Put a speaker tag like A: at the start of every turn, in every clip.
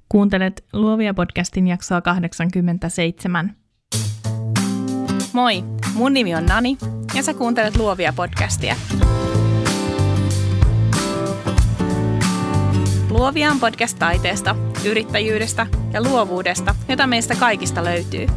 A: Kuuntelet Luovia podcastin jaksoa 87.
B: Moi, mun nimi on Nani ja sä kuuntelet Luovia podcastia. Luovia on podcast taiteesta, yrittäjyydestä ja luovuudesta, jota meistä kaikista löytyy.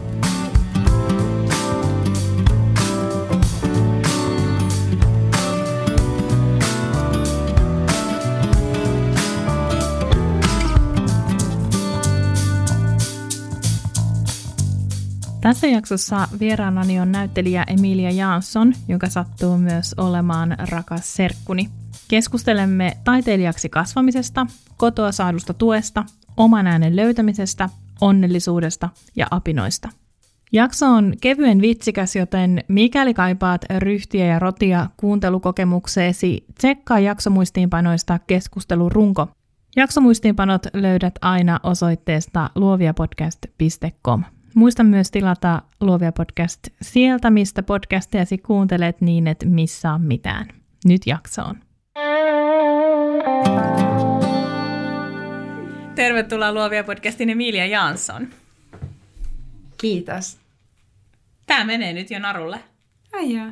A: Tässä jaksossa vieraanani on näyttelijä Emilia Jansson, joka sattuu myös olemaan rakas serkkuni. Keskustelemme taiteilijaksi kasvamisesta, kotoa saadusta tuesta, oman äänen löytämisestä, onnellisuudesta ja apinoista. Jakso on kevyen vitsikäs, joten mikäli kaipaat ryhtiä ja rotia kuuntelukokemukseesi, tsekkaa jaksomuistiinpanoista keskustelurunko. Jaksomuistiinpanot löydät aina osoitteesta luoviapodcast.com. Muista myös tilata Luovia podcast sieltä, mistä podcastejasi kuuntelet niin, et missaa mitään. Nyt jaksoon.
B: Tervetuloa Luovia podcastin Emilia Jansson.
C: Kiitos.
B: Tää menee nyt jo narulle.
C: Ai jaa.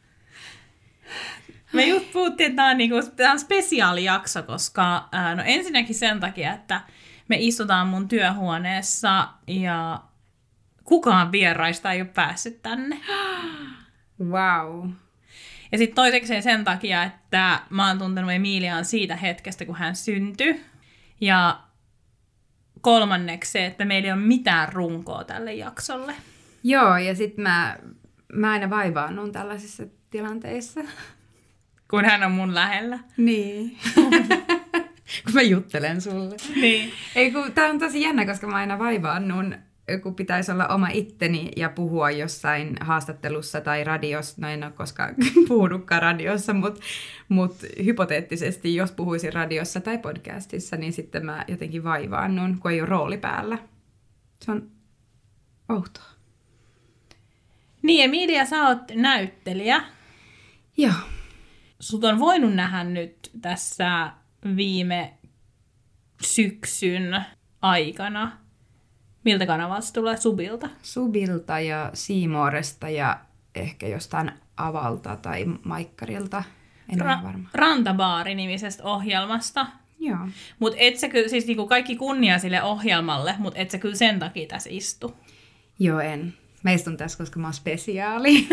B: Me just puhuttiin, että tää on spesiaalijakso, koska ensinnäkin sen takia, että me istutaan mun työhuoneessa ja kukaan vieraista ei ole päässyt tänne.
C: Wow.
B: Ja sitten toisekseen sen takia, että mä oon tuntenut Emiliaan siitä hetkestä, kun hän syntyi. Ja kolmanneksi se, että meillä ei ole mitään runkoa tälle jaksolle.
C: Joo, ja sit mä aina vaivaannun tällaisissa tilanteissa.
B: Kun hän on mun lähellä.
C: Niin. Kun mä juttelen sulle.
B: Niin.
C: Ei, kun tää on tosi jännä, koska mä aina vaivaannun, kun pitäisi olla oma itteni ja puhua jossain haastattelussa tai radiossa. No en ole koskaan puhunutkaan radiossa, mutta hypoteettisesti, jos puhuisin radiossa tai podcastissa, niin sitten mä jotenkin vaivaannun, kun ei ole rooli päällä. Se on outoa.
B: Niin, Emilia, sä oot näyttelijä.
C: Joo.
B: Sut on voinut nähdä nyt tässä viime syksyn aikana. Miltä kanavalta tulee? Subilta?
C: Subilta ja C-Moresta ja ehkä jostain Avalta tai Maikkarilta. En ole varma.
B: Rantabaari-nimisestä ohjelmasta.
C: Joo.
B: Mutta et sä kyllä, siis niinku kaikki kunnia sille ohjelmalle, mutta et sä kyllä sen takia tässä istu.
C: Joo, en. Mä istun tässä, koska mä oon spesiaali.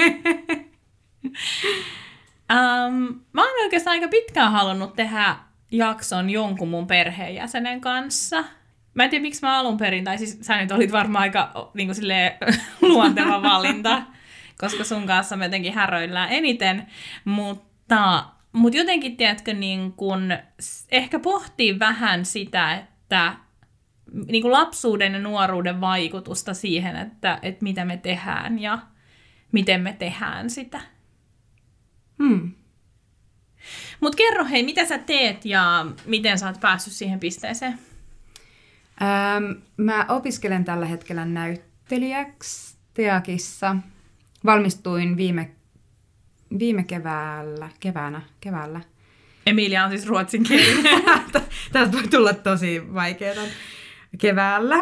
B: Mä oon oikeastaan aika pitkään halunnut tehdä jakson jonkun mun perheenjäsenen kanssa. Mä en tiedä, miksi mä alun perin, tai siis sä nyt olit varmaan aika niin kuin silleen, luonteva valinta, koska sun kanssa me jotenkin häröillään eniten, mutta jotenkin, tiedätkö, niin kun, ehkä pohtii vähän sitä, että niin kuin lapsuuden ja nuoruuden vaikutusta siihen, että mitä me tehdään ja miten me tehdään sitä. Mut kerro hei, mitä sä teet ja miten sä oot päässyt siihen pisteeseen?
C: Mä opiskelen tällä hetkellä näyttelijäksi TEAKissa. Valmistuin viime keväällä.
B: Emilia on siis ruotsinkielinen.
C: Tästä voi tulla tosi vaikeaa. Keväällä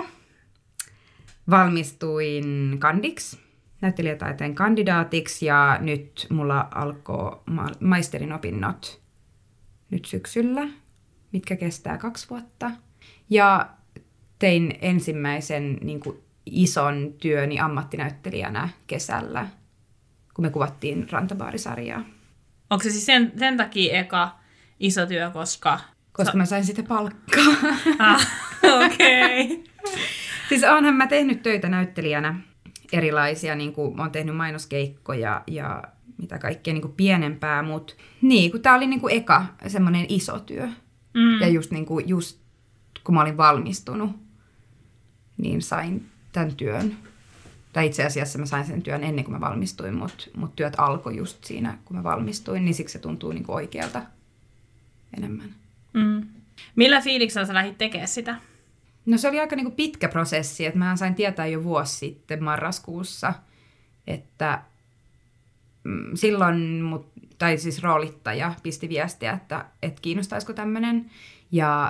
C: valmistuin kandiksi, näyttelijätaiteen kandidaatiksi, ja nyt mulla alkoi maisterin opinnot nyt syksyllä, mitkä kestää 2 vuotta. Ja tein ensimmäisen niin kuin ison työni ammattinäyttelijänä kesällä, kun me kuvattiin Rantabaari-sarjaa.
B: Onko se siis sen takia eka iso työ, koska
C: mä sain sitä palkkaa.
B: Okei. Okay.
C: Siis oonhan mä tehnyt töitä näyttelijänä erilaisia, niin kuin mä oon tehnyt mainoskeikkoja ja mitä kaikkea niin kuin pienempää, mutta niin, kun tää oli niin kuin eka semmoinen iso työ. Ja just kun mä olin valmistunut, niin sain tämän työn. Tai itse asiassa mä sain sen työn ennen kuin mä valmistuin, mutta työt alkoi just siinä, kun mä valmistuin, niin siksi se tuntuu niin kuin oikealta enemmän.
B: Millä fiiliksellä sä lähdit tekemään sitä?
C: No se oli aika niin kuin pitkä prosessi, että mä sain tietää jo vuosi sitten marraskuussa, että silloin tai siis roolittaja pisti viestiä, että kiinnostaisiko tämmöinen. Ja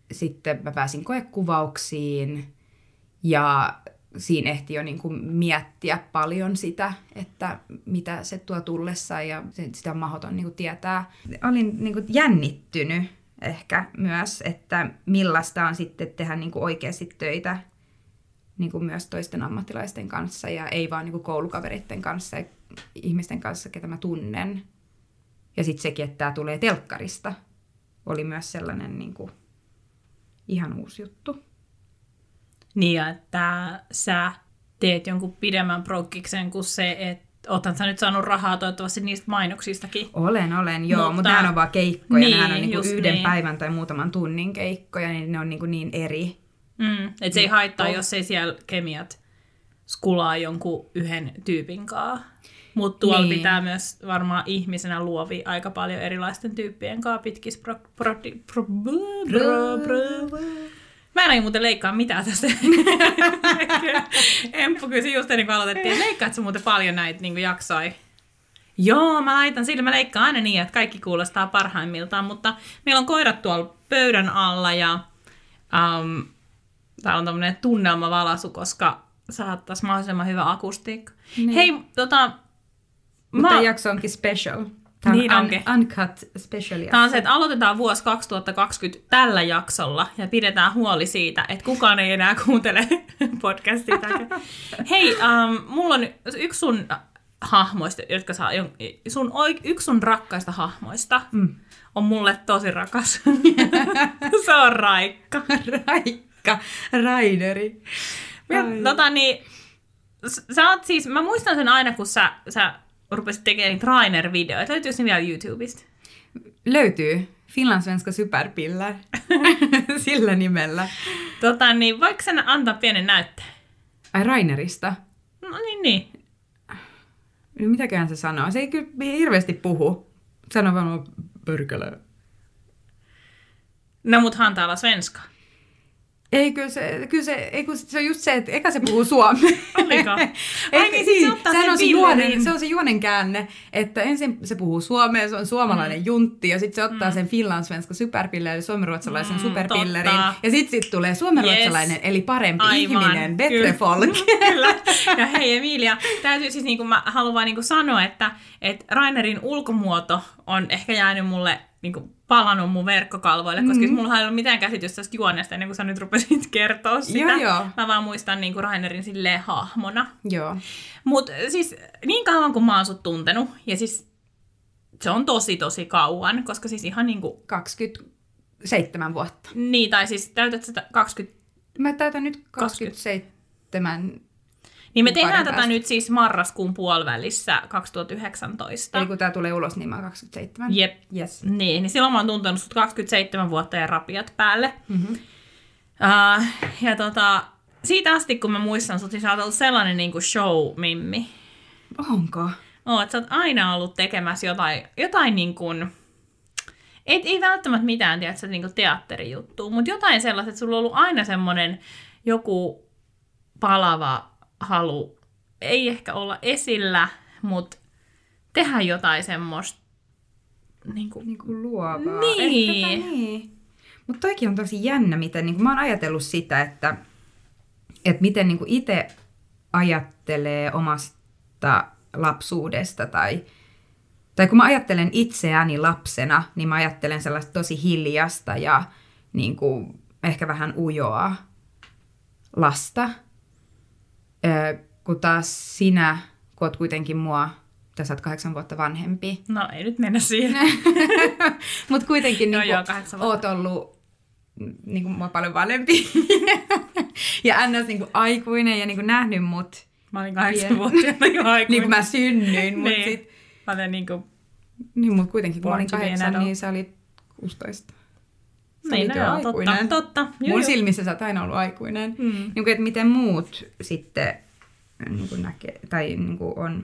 C: sitten mä pääsin koekuvauksiin ja siinä ehti jo niin kuin miettiä paljon sitä, että mitä se tuo tullessaan ja sitä on mahdoton niin kuin tietää. Olin niin kuin jännittynyt ehkä myös, että millaista on sitten tehdä niin kuin oikeasti töitä niin kuin myös toisten ammattilaisten kanssa ja ei vaan niin kuin koulukavereiden kanssa ja ihmisten kanssa, ketä mä tunnen. Ja sitten sekin, että tämä tulee telkkarista, oli myös sellainen niin kuin ihan uusi juttu.
B: Niin, että sä teet jonkun pidemmän prokkiksen kuin se, että oothan sä nyt saanut rahaa toivottavasti niistä mainoksistakin.
C: Olen, joo, mutta nehän on vaan keikkoja.
B: Niin,
C: nehän on niinku yhden
B: niin.
C: päivän tai muutaman tunnin keikkoja, niin ne on niinku niin eri.
B: Että se ei haittaa, jos ei siellä kemiat skulaa jonkun yhden tyypin kanssa. Mutta tuolla
C: niin.
B: pitää myös varmaan ihmisenä luovia aika paljon erilaisten tyyppien kanssa pitkissä Mä en muuten leikkaa mitään tästä. Emppu kysyi just ennen kuin aloitettiin, että leikkaat sä muuten paljon näitä niin jaksoja? Joo, mä laitan sille, mä leikkaan aina niin, että kaikki kuulostaa parhaimmiltaan, mutta meillä on koirat tuolla pöydän alla ja täällä on tämmönen tunnelmavalasu, koska saattaisi mahdollisimman hyvä akustiikka.
C: Niin.
B: Hei,
C: Mutta jakso onkin special. Tämä on
B: niin onkin.
C: Uncut special jakso.
B: Tämä on se, että aloitetaan vuosi 2020 tällä jaksolla ja pidetään huoli siitä, että kukaan ei enää kuuntele podcastia. Hei, mulla on yksi sun hahmoista, jotka saa, yksi sun rakkaista hahmoista on mulle tosi rakas. Se on Raikka.
C: Raineri.
B: Sä oot siis, mä muistan sen aina, kun sä rupesit tekemään niitä Rainer-videoita. Löytyykö ne vielä YouTubesta?
C: Löytyy. Finlandssvenska superpiller. Sillä nimellä.
B: Voiko sen antaa pienen näytteen?
C: Ai Rainerista?
B: No niin.
C: No, mitäköhän se sanoo? Se ei kyllä hirveästi puhu. Sano vaan pörkälä.
B: No mut han talar svenska.
C: Ei, kyllä se on just se, että eka se puhuu suomea.
B: Oliko? Ai niin, sit se ottaa sen pillerin.
C: Se on se juonen käänne, että ensin se puhuu suomea, se on suomalainen juntti, ja sitten se ottaa sen finlandssvenska superpillerin, eli suomenruotsalaisen superpillerin,
B: totta.
C: ja sitten tulee suomenruotsalainen, eli parempi ihminen, better
B: kyllä.
C: folk.
B: Kyllä. Ja hei Emilia, täytyy siis mä haluan vaan sanoa, että Rainerin ulkomuoto on ehkä jäänyt mulle palannut mun verkkokalvoille, koska mulla ei ollut mitään käsitystä tästä juonesta ennen kuin sä nyt rupesit kertoa sitä.
C: Joo.
B: Mä vaan muistan Rainerin silleen hahmona.
C: Joo.
B: Mut siis niin kauan kun mä oon sut tuntenut, ja siis se on tosi kauan, koska siis ihan
C: 27 vuotta.
B: Niin, tai siis täytät sitä 20...
C: Mä täytän nyt 27.
B: Niin me tehdään tätä nyt siis marraskuun puolivälissä 2019.
C: Eli kun tää tulee ulos, niin mä oon 27.
B: Jep.
C: Yes.
B: Niin silloin mä oon tuntenut sut 27 vuotta ja rapiat päälle.
C: Mm-hmm.
B: Ja siitä asti, kun mä muistan sut, niin sä oot ollut sellainen show-mimmi.
C: Onko?
B: Sä oot aina ollut tekemässä jotain ei välttämättä mitään, tiedätkö, teatterijuttua, mutta jotain sellaista, että sulla on ollut aina semmoinen joku palava halu, ei ehkä olla esillä, mutta tehdä jotain semmoista
C: luovaa.
B: Niin.
C: Mutta toikin on tosi jännä, miten mä oon ajatellut sitä, että miten itse ajattelee omasta lapsuudesta tai kun mä ajattelen itseäni lapsena, niin mä ajattelen sellaista tosi hiljasta ja ehkä vähän ujoa lasta. Kun taas sinä, kun oot kuitenkin sä oot 8 vuotta vanhempi.
B: No ei nyt mennä siihen.
C: Mutta kuitenkin
B: oot
C: ollut mua paljon vanhempi. Ja ns. Aikuinen ja nähnyt mut.
B: Mä olin 8-vuotiaana jo aikuinen.
C: Kun mä synnyin. Mut
B: niin.
C: sit...
B: Mä olen
C: Niin, mutta kuitenkin kun mä olin 8, niin sä olit 16. Sä olit jo aikuinen.
B: Totta.
C: Mun silmissä sä oot aina ollut aikuinen. Että miten muut sitten näkee, tai on...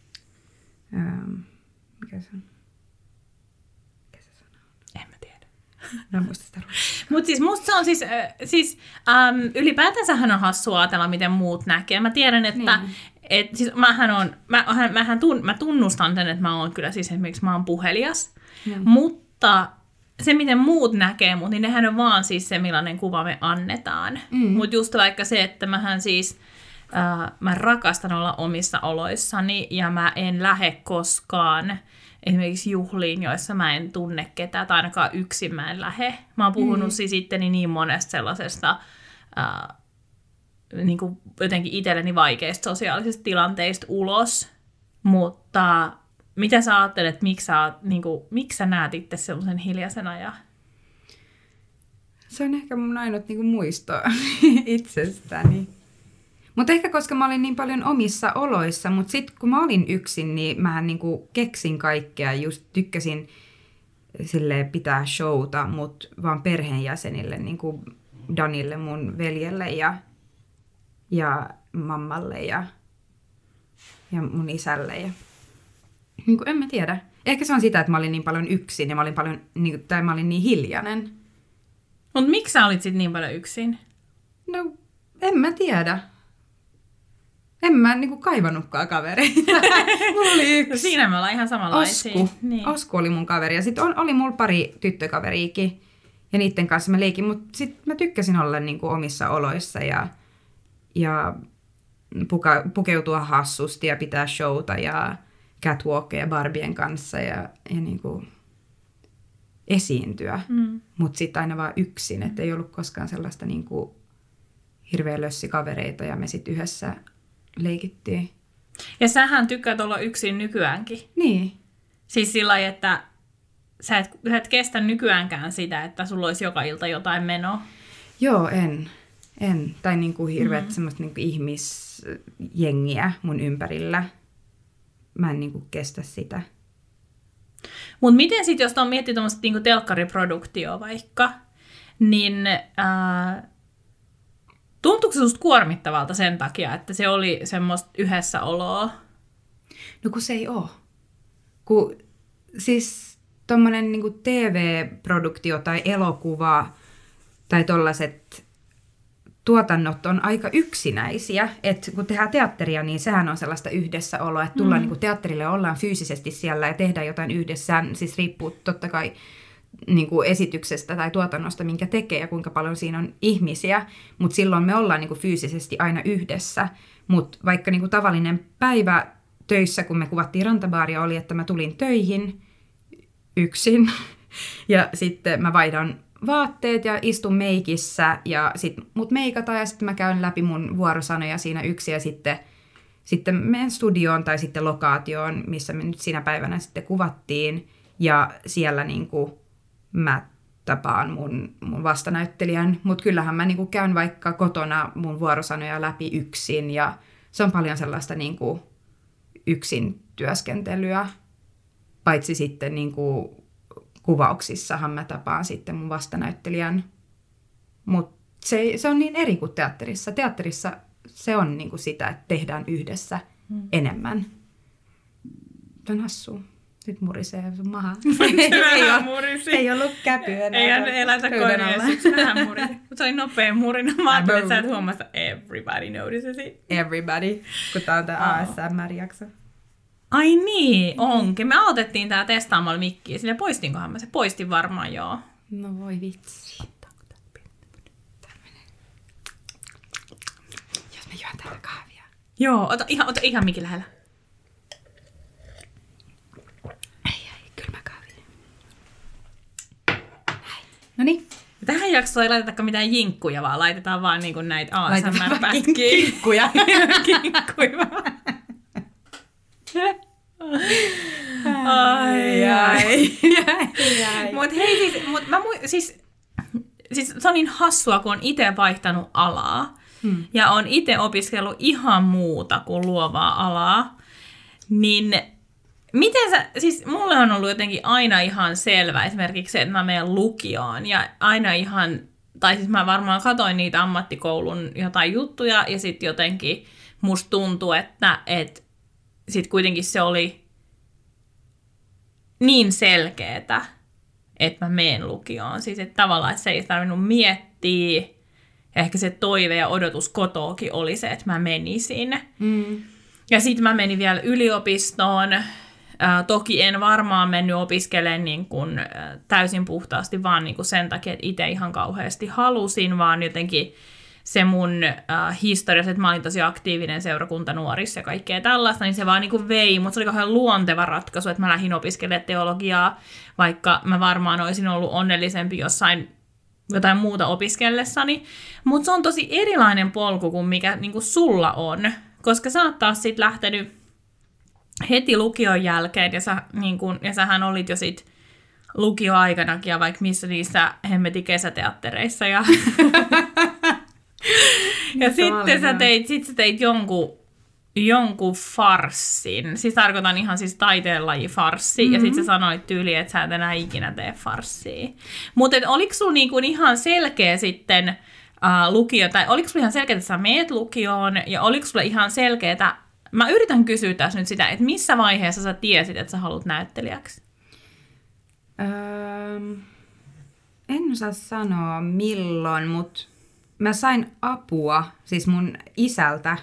C: mikä se on? Mikä se sana on?
B: En mä tiedä.
C: Mä en muista sitä.
B: Mutta siis musta se on ylipäätänsähän on hassua ajatella, miten muut näkee. Mä tiedän, että siis mä tunnustan sen, että mä oon kyllä siis esimerkiksi mä oon puhelias, mutta se, miten muut näkee mut, niin nehän on vaan siis se, millainen kuva me annetaan. Mutta just vaikka se, että mähän siis, mä rakastan olla omissa oloissani ja mä en lähde koskaan esimerkiksi juhliin, joissa mä en tunne ketään, tai ainakaan yksin mä en lähde. Mä oon puhunut siis itteni niin monesta sellaisesta niin kuin jotenkin itselleni vaikeista sosiaalisista tilanteista ulos, mutta mitä sä ajattelet, miksi sä näet itse sellaisen hiljaisena?
C: Se on ehkä mun ainut niin kuin muisto itsestäni. Mutta ehkä koska mä olin niin paljon omissa oloissa, mutta sitten kun mä olin yksin, niin mähän niin kuin keksin kaikkea. Just tykkäsin silleen pitää showta, mutta vaan perheenjäsenille, niin kuin Danille, mun veljelle ja mammalle ja mun isälle. Ja niin kuin, en mä tiedä. Ehkä se on sitä, että mä olin niin paljon yksin ja mä olin niin hiljainen.
B: Mutta miksi sä olit sit niin paljon yksin?
C: No, en mä tiedä. En mä niinku kaivannutkaan kavereita. Mulla oli yksi.
B: No siinä me ollaan ihan samanlaisia.
C: Osku oli mun kaveri. Ja sitten oli mulla pari tyttökaveriikin. Ja niiden kanssa mä leikin. Mutta sitten mä tykkäsin olla niinku omissa oloissa ja pukeutua hassusti ja pitää showta ja catwalkia Barbien kanssa ja niinku esiintyä. Mutta sitten aina vaan yksin. Että ei ollut koskaan sellaista niinku hirveä lössikavereita ja me sitten yhdessä leikittiin.
B: Ja sähän tykkäät olla yksin nykyäänkin.
C: Niin.
B: Siis sillä lailla, että sä et kestä nykyäänkään sitä, että sulla olisi joka ilta jotain menoa.
C: Joo, en. Tai niinku hirveät semmoista niinku ihmisjengiä mun ympärillä. Mä en niinku kestä sitä.
B: Mutta miten sitten, jos on miettinyt tuommoista niinku telkkariproduktioa vaikka, niin tuntuuko se susta kuormittavalta sen takia, että se oli semmoista yhdessäoloa?
C: No kun se ei oo. Kun siis tommonen niinku TV-produktio tai elokuva tai tollaset tuotannot on aika yksinäisiä. Et kun tehdään teatteria, niin sehän on sellaista yhdessäoloa, että tullaan niinku teatterille, ollaan fyysisesti siellä ja tehdään jotain yhdessä. Siis riippuu totta kai niinku esityksestä tai tuotannosta, minkä tekee ja kuinka paljon siinä on ihmisiä. Mutta silloin me ollaan niinku fyysisesti aina yhdessä. Mutta vaikka niinku tavallinen päivä töissä, kun me kuvattiin Rantabaaria, oli, että mä tulin töihin yksin. Ja sitten mä vaihdan vaatteet ja istun meikissä ja mut meikataan ja sitten mä käyn läpi mun vuorosanoja siinä yksin ja sitten menen studioon tai sitten lokaatioon, missä me nyt siinä päivänä sitten kuvattiin ja siellä niinku mä tapaan mun vastanäyttelijän, mutta kyllähän mä niinku käyn vaikka kotona mun vuorosanoja läpi yksin ja se on paljon sellaista niinku yksin työskentelyä, paitsi sitten niinku kuvauksissahan mä tapaan sitten mun vastanäyttelijän, mutta se on niin eri kuin teatterissa. Teatterissa se on niinku sitä, että tehdään yhdessä enemmän. Tämä on hassua. Nyt murisee sun maha. Ei ollut käpyä.
B: Ei laita koiria, siksi vähän murisee. Mutta se oli nopea murina. Mä ajattelin, että sä et huomasta, everybody notices it.
C: Everybody, kun tää on tää ASMR-jakso.
B: Ai niin, onkin. Me aloitettiin tää testaamalla mikkiä. Sillä poistinkohan mä se? Poistin varmaan, joo.
C: No voi vitsi. Jos mä juon täällä kahvia.
B: Joo, ota ihan mikin lähellä.
C: Ei, kylmä kahvia. Noniin.
B: Tähän jaksoon ei laitetakaan mitään jinkkuja, vaan laitetaan vaan niinku näitä ASMR-pätkiä.
C: Kinkkuja.
B: Kinkkuja. Ai. Mut hei, siis se on niin hassua, kun on itse vaihtanut alaa ja on itse opiskellut ihan muuta kuin luovaa alaa, niin miten siis mulle on ollut jotenkin aina ihan selvä esimerkiksi se, että mä menen lukioon ja aina ihan, tai siis mä varmaan katoin niitä ammattikoulun jotain juttuja ja sitten jotenkin musta tuntuu, että sitten kuitenkin se oli niin selkeetä, että mä menen lukioon. Siis että tavallaan että se ei tarvinnut miettiä. Ja ehkä se toive ja odotus kotoakin oli se, että mä menisin. Ja sitten mä menin vielä yliopistoon Toki en varmaan mennyt opiskelemaan niin kuin, täysin puhtaasti vaan niin kuin sen takia, että itse ihan kauheasti halusin, vaan jotenkin se mun historia, että mä olin tosi aktiivinen seurakuntanuorissa ja kaikkea tällaista, niin se vaan niin kuin vei, mutta se oli kauhean luonteva ratkaisu, että mä lähdin opiskelemaan teologiaa, vaikka mä varmaan olisin ollut onnellisempi jossain jotain muuta opiskellessani. Mutta se on tosi erilainen polku kuin mikä niin kuin sulla on, koska sä oot taas sit lähtenyt heti lukion jälkeen, ja sähän olit jo sit lukioaikanakin ja vaikka missä niissä hemmetin kesäteattereissa. Ja sitten sä teit jonkun farssin. Siis tarkoitan ihan siis taiteenlajifarssi. Ja sitten sä sanoit tyyliin, että sä et enää ikinä tee farssia. Mutta oliko sulla niinku ihan selkeä sitten lukio, tai oliko sulla ihan selkeä, että sä meet lukioon, ja oliko sulla ihan selkeää, mä yritän kysyä tässä nyt sitä, että missä vaiheessa sä tiesit, että sä haluat näyttelijäksi?
C: En osaa sanoa milloin, mutta mä sain apua siis mun isältä.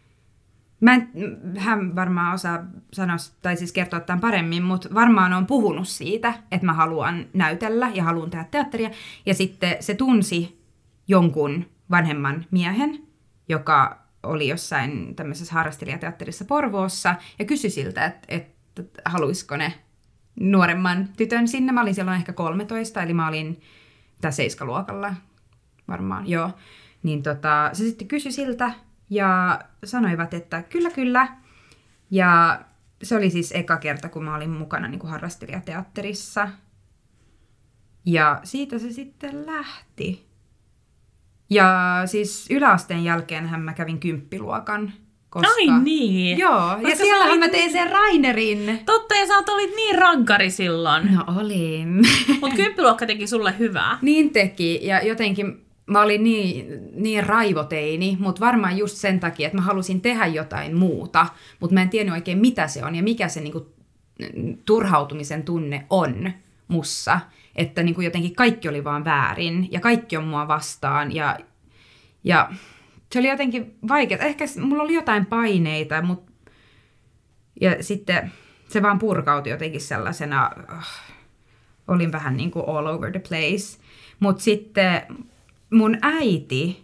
C: Hän varmaan osaa sanoa, tai siis kertoa tämän paremmin, mutta varmaan on puhunut siitä, että mä haluan näytellä ja haluan tehdä teatteria. Ja sitten se tunsi jonkun vanhemman miehen, joka oli jossain tämmöisessä harrastelijateatterissa Porvoossa, ja kysyi siltä, että haluaisiko ne nuoremman tytön sinne. Mä olin silloin ehkä 13, eli mä olin 7-luokalla varmaan, joo. Niin se sitten kysyi siltä, ja sanoivat, että kyllä. Ja se oli siis eka kerta, kun mä olin mukana niin kuin harrastelijateatterissa. Ja siitä se sitten lähti. Ja siis yläasteen jälkeenhän mä kävin 10-luokan. Koska...
B: Ai niin!
C: Joo, koska ja siellähän mä tein sen Rainerin.
B: Totta, ja sä olit niin rankari silloin.
C: No olin.
B: Mut 10-luokka teki sulle hyvää.
C: Niin teki, ja jotenkin mä olin niin raivoteini, mutta varmaan just sen takia, että mä halusin tehdä jotain muuta, mutta mä en tiennyt oikein mitä se on ja mikä se niinku turhautumisen tunne on mussa. Että niinku jotenkin kaikki oli vaan väärin ja kaikki on mua vastaan ja se oli jotenkin vaikeaa. Ehkä mulla oli jotain paineita, ja sitten se vaan purkautui jotenkin sellaisena, olin vähän niin kuin all over the place. Mutta sitten mun äiti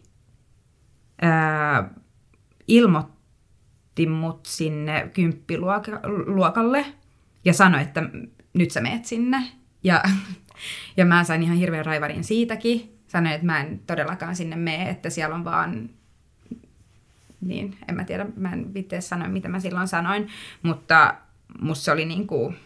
C: ilmoitti mut sinne 10-luokalle ja sanoi, että nyt sä meet sinne. Ja mä sain ihan hirveän raivarin siitäkin. Sanoin, että mä en todellakaan sinne mene, että siellä on vaan... Niin, en mä tiedä, mä en vitsi sanoa, mitä mä silloin sanoin, mutta musta se oli niinku...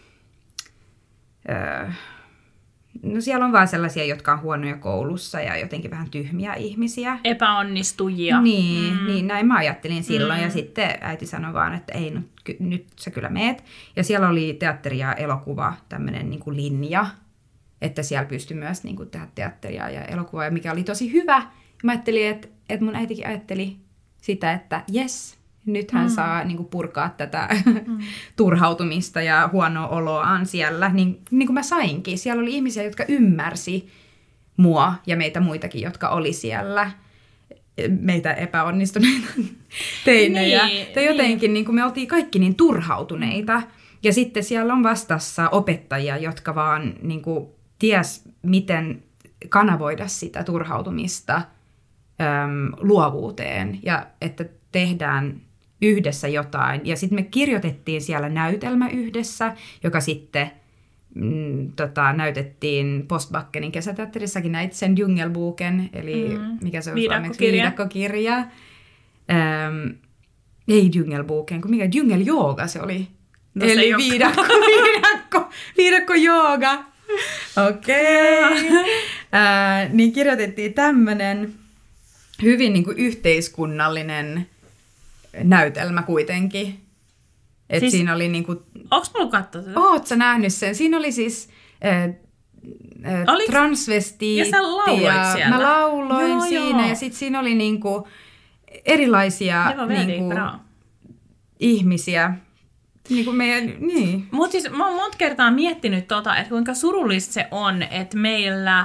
C: No siellä on vaan sellaisia, jotka on huonoja koulussa ja jotenkin vähän tyhmiä ihmisiä.
B: Epäonnistujia.
C: Niin näin mä ajattelin silloin. Ja sitten äiti sanoi vaan, että ei, nyt sä kyllä meet. Ja siellä oli teatteri ja elokuva, tämmöinen niin kuin linja, että siellä pystyi myös niin kuin tehdä teatteria ja elokuvaa, ja mikä oli tosi hyvä. Mä ajattelin, että mun äitikin ajatteli sitä, että jes, nyt hän saa niin kuin purkaa tätä turhautumista ja huonoa oloaan siellä, niin kuin mä sainkin. Siellä oli ihmisiä, jotka ymmärsi mua ja meitä muitakin, jotka oli siellä, meitä epäonnistuneita teinejä. Tai jotenkin niin kuin me oltiin kaikki niin turhautuneita. Ja sitten siellä on vastassa opettajia, jotka vaan niin kuin ties, miten kanavoida sitä turhautumista luovuuteen ja että tehdään yhdessä jotain. Ja sitten me kirjoitettiin siellä näytelmä yhdessä, joka sitten näytettiin Postbackenin kesäteatterissakin, näit sen Djungelboken, eli mikä se on suomeksi? Viidakkokirja. Ei Djungelboken, kun mikä Djungeljooga se oli.
B: No
C: eli viidakkojooga. Okei. Niin kirjoitettiin tämmönen hyvin niin kuin yhteiskunnallinen näytelmä kuitenkin. Et siis, siinä oli niinku...
B: Onks mulla katsoa tätä?
C: Oot sä nähnyt sen? Siinä oli siis transvestiitti.
B: Ja sä lauloit siellä.
C: Mä lauloin siinä. Ja sit siinä oli niinku erilaisia niinku ihmisiä. Niinku meidän, niin.
B: Mut siis mä oon monta kertaa miettinyt että kuinka surullista se on, että meillä...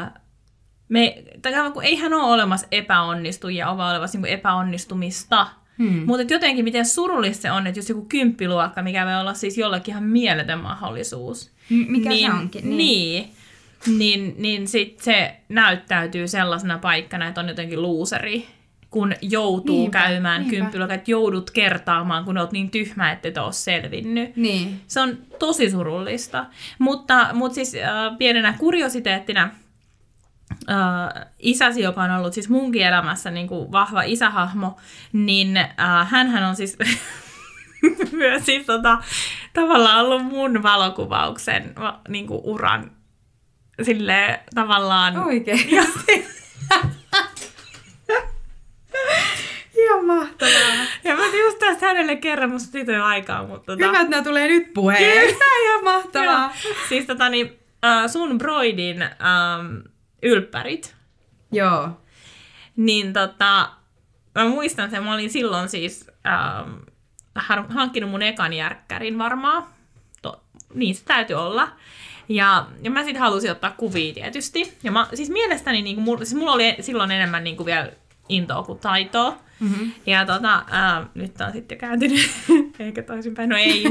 B: kun eihän ole olemassa epäonnistujia, vaan olemassa niin epäonnistumista. Mutta jotenkin miten surullista se on, että jos joku 10-luokka, mikä voi olla siis jollekin ihan mieletön mahdollisuus.
C: Mikä se onkin.
B: Niin sit se näyttäytyy sellaisena paikkana, että on jotenkin luuseri, kun joutuu käymään 10-luokka, että joudut kertaamaan, kun oot niin tyhmä, että et ole selvinnyt.
C: Niin.
B: Se on tosi surullista. Mutta siis pienenä kuriositeettina, isäsi, joka on ollut siis munkin elämässä niin kuin vahva isähahmo, niin hänhän on siis myös siis tavallaan ollut mun valokuvauksen niin kuin uran silleen tavallaan...
C: Oikein. Ihan mahtavaa.
B: Ja mä just tästä hänelle kerran, musta siitä ei ole aikaa, mutta...
C: Hyvä, että nämä tulee nyt puheen. Ihan mahtavaa.
B: Siis sun broidin ylppärit.
C: Joo.
B: Niin mä muistan sen, mä olin silloin siis hankkinut mun ekan järkkärin varmaan. Niin se täytyy olla. Ja mä sitten halusin ottaa kuvia tietysti. Ja siis mielestäni niin mulla oli silloin enemmän niin kuin vielä intoa kuin taitoa. Mm-hmm. Ja nyt on sitten kääntynyt, eikä toisinpäin, no ei.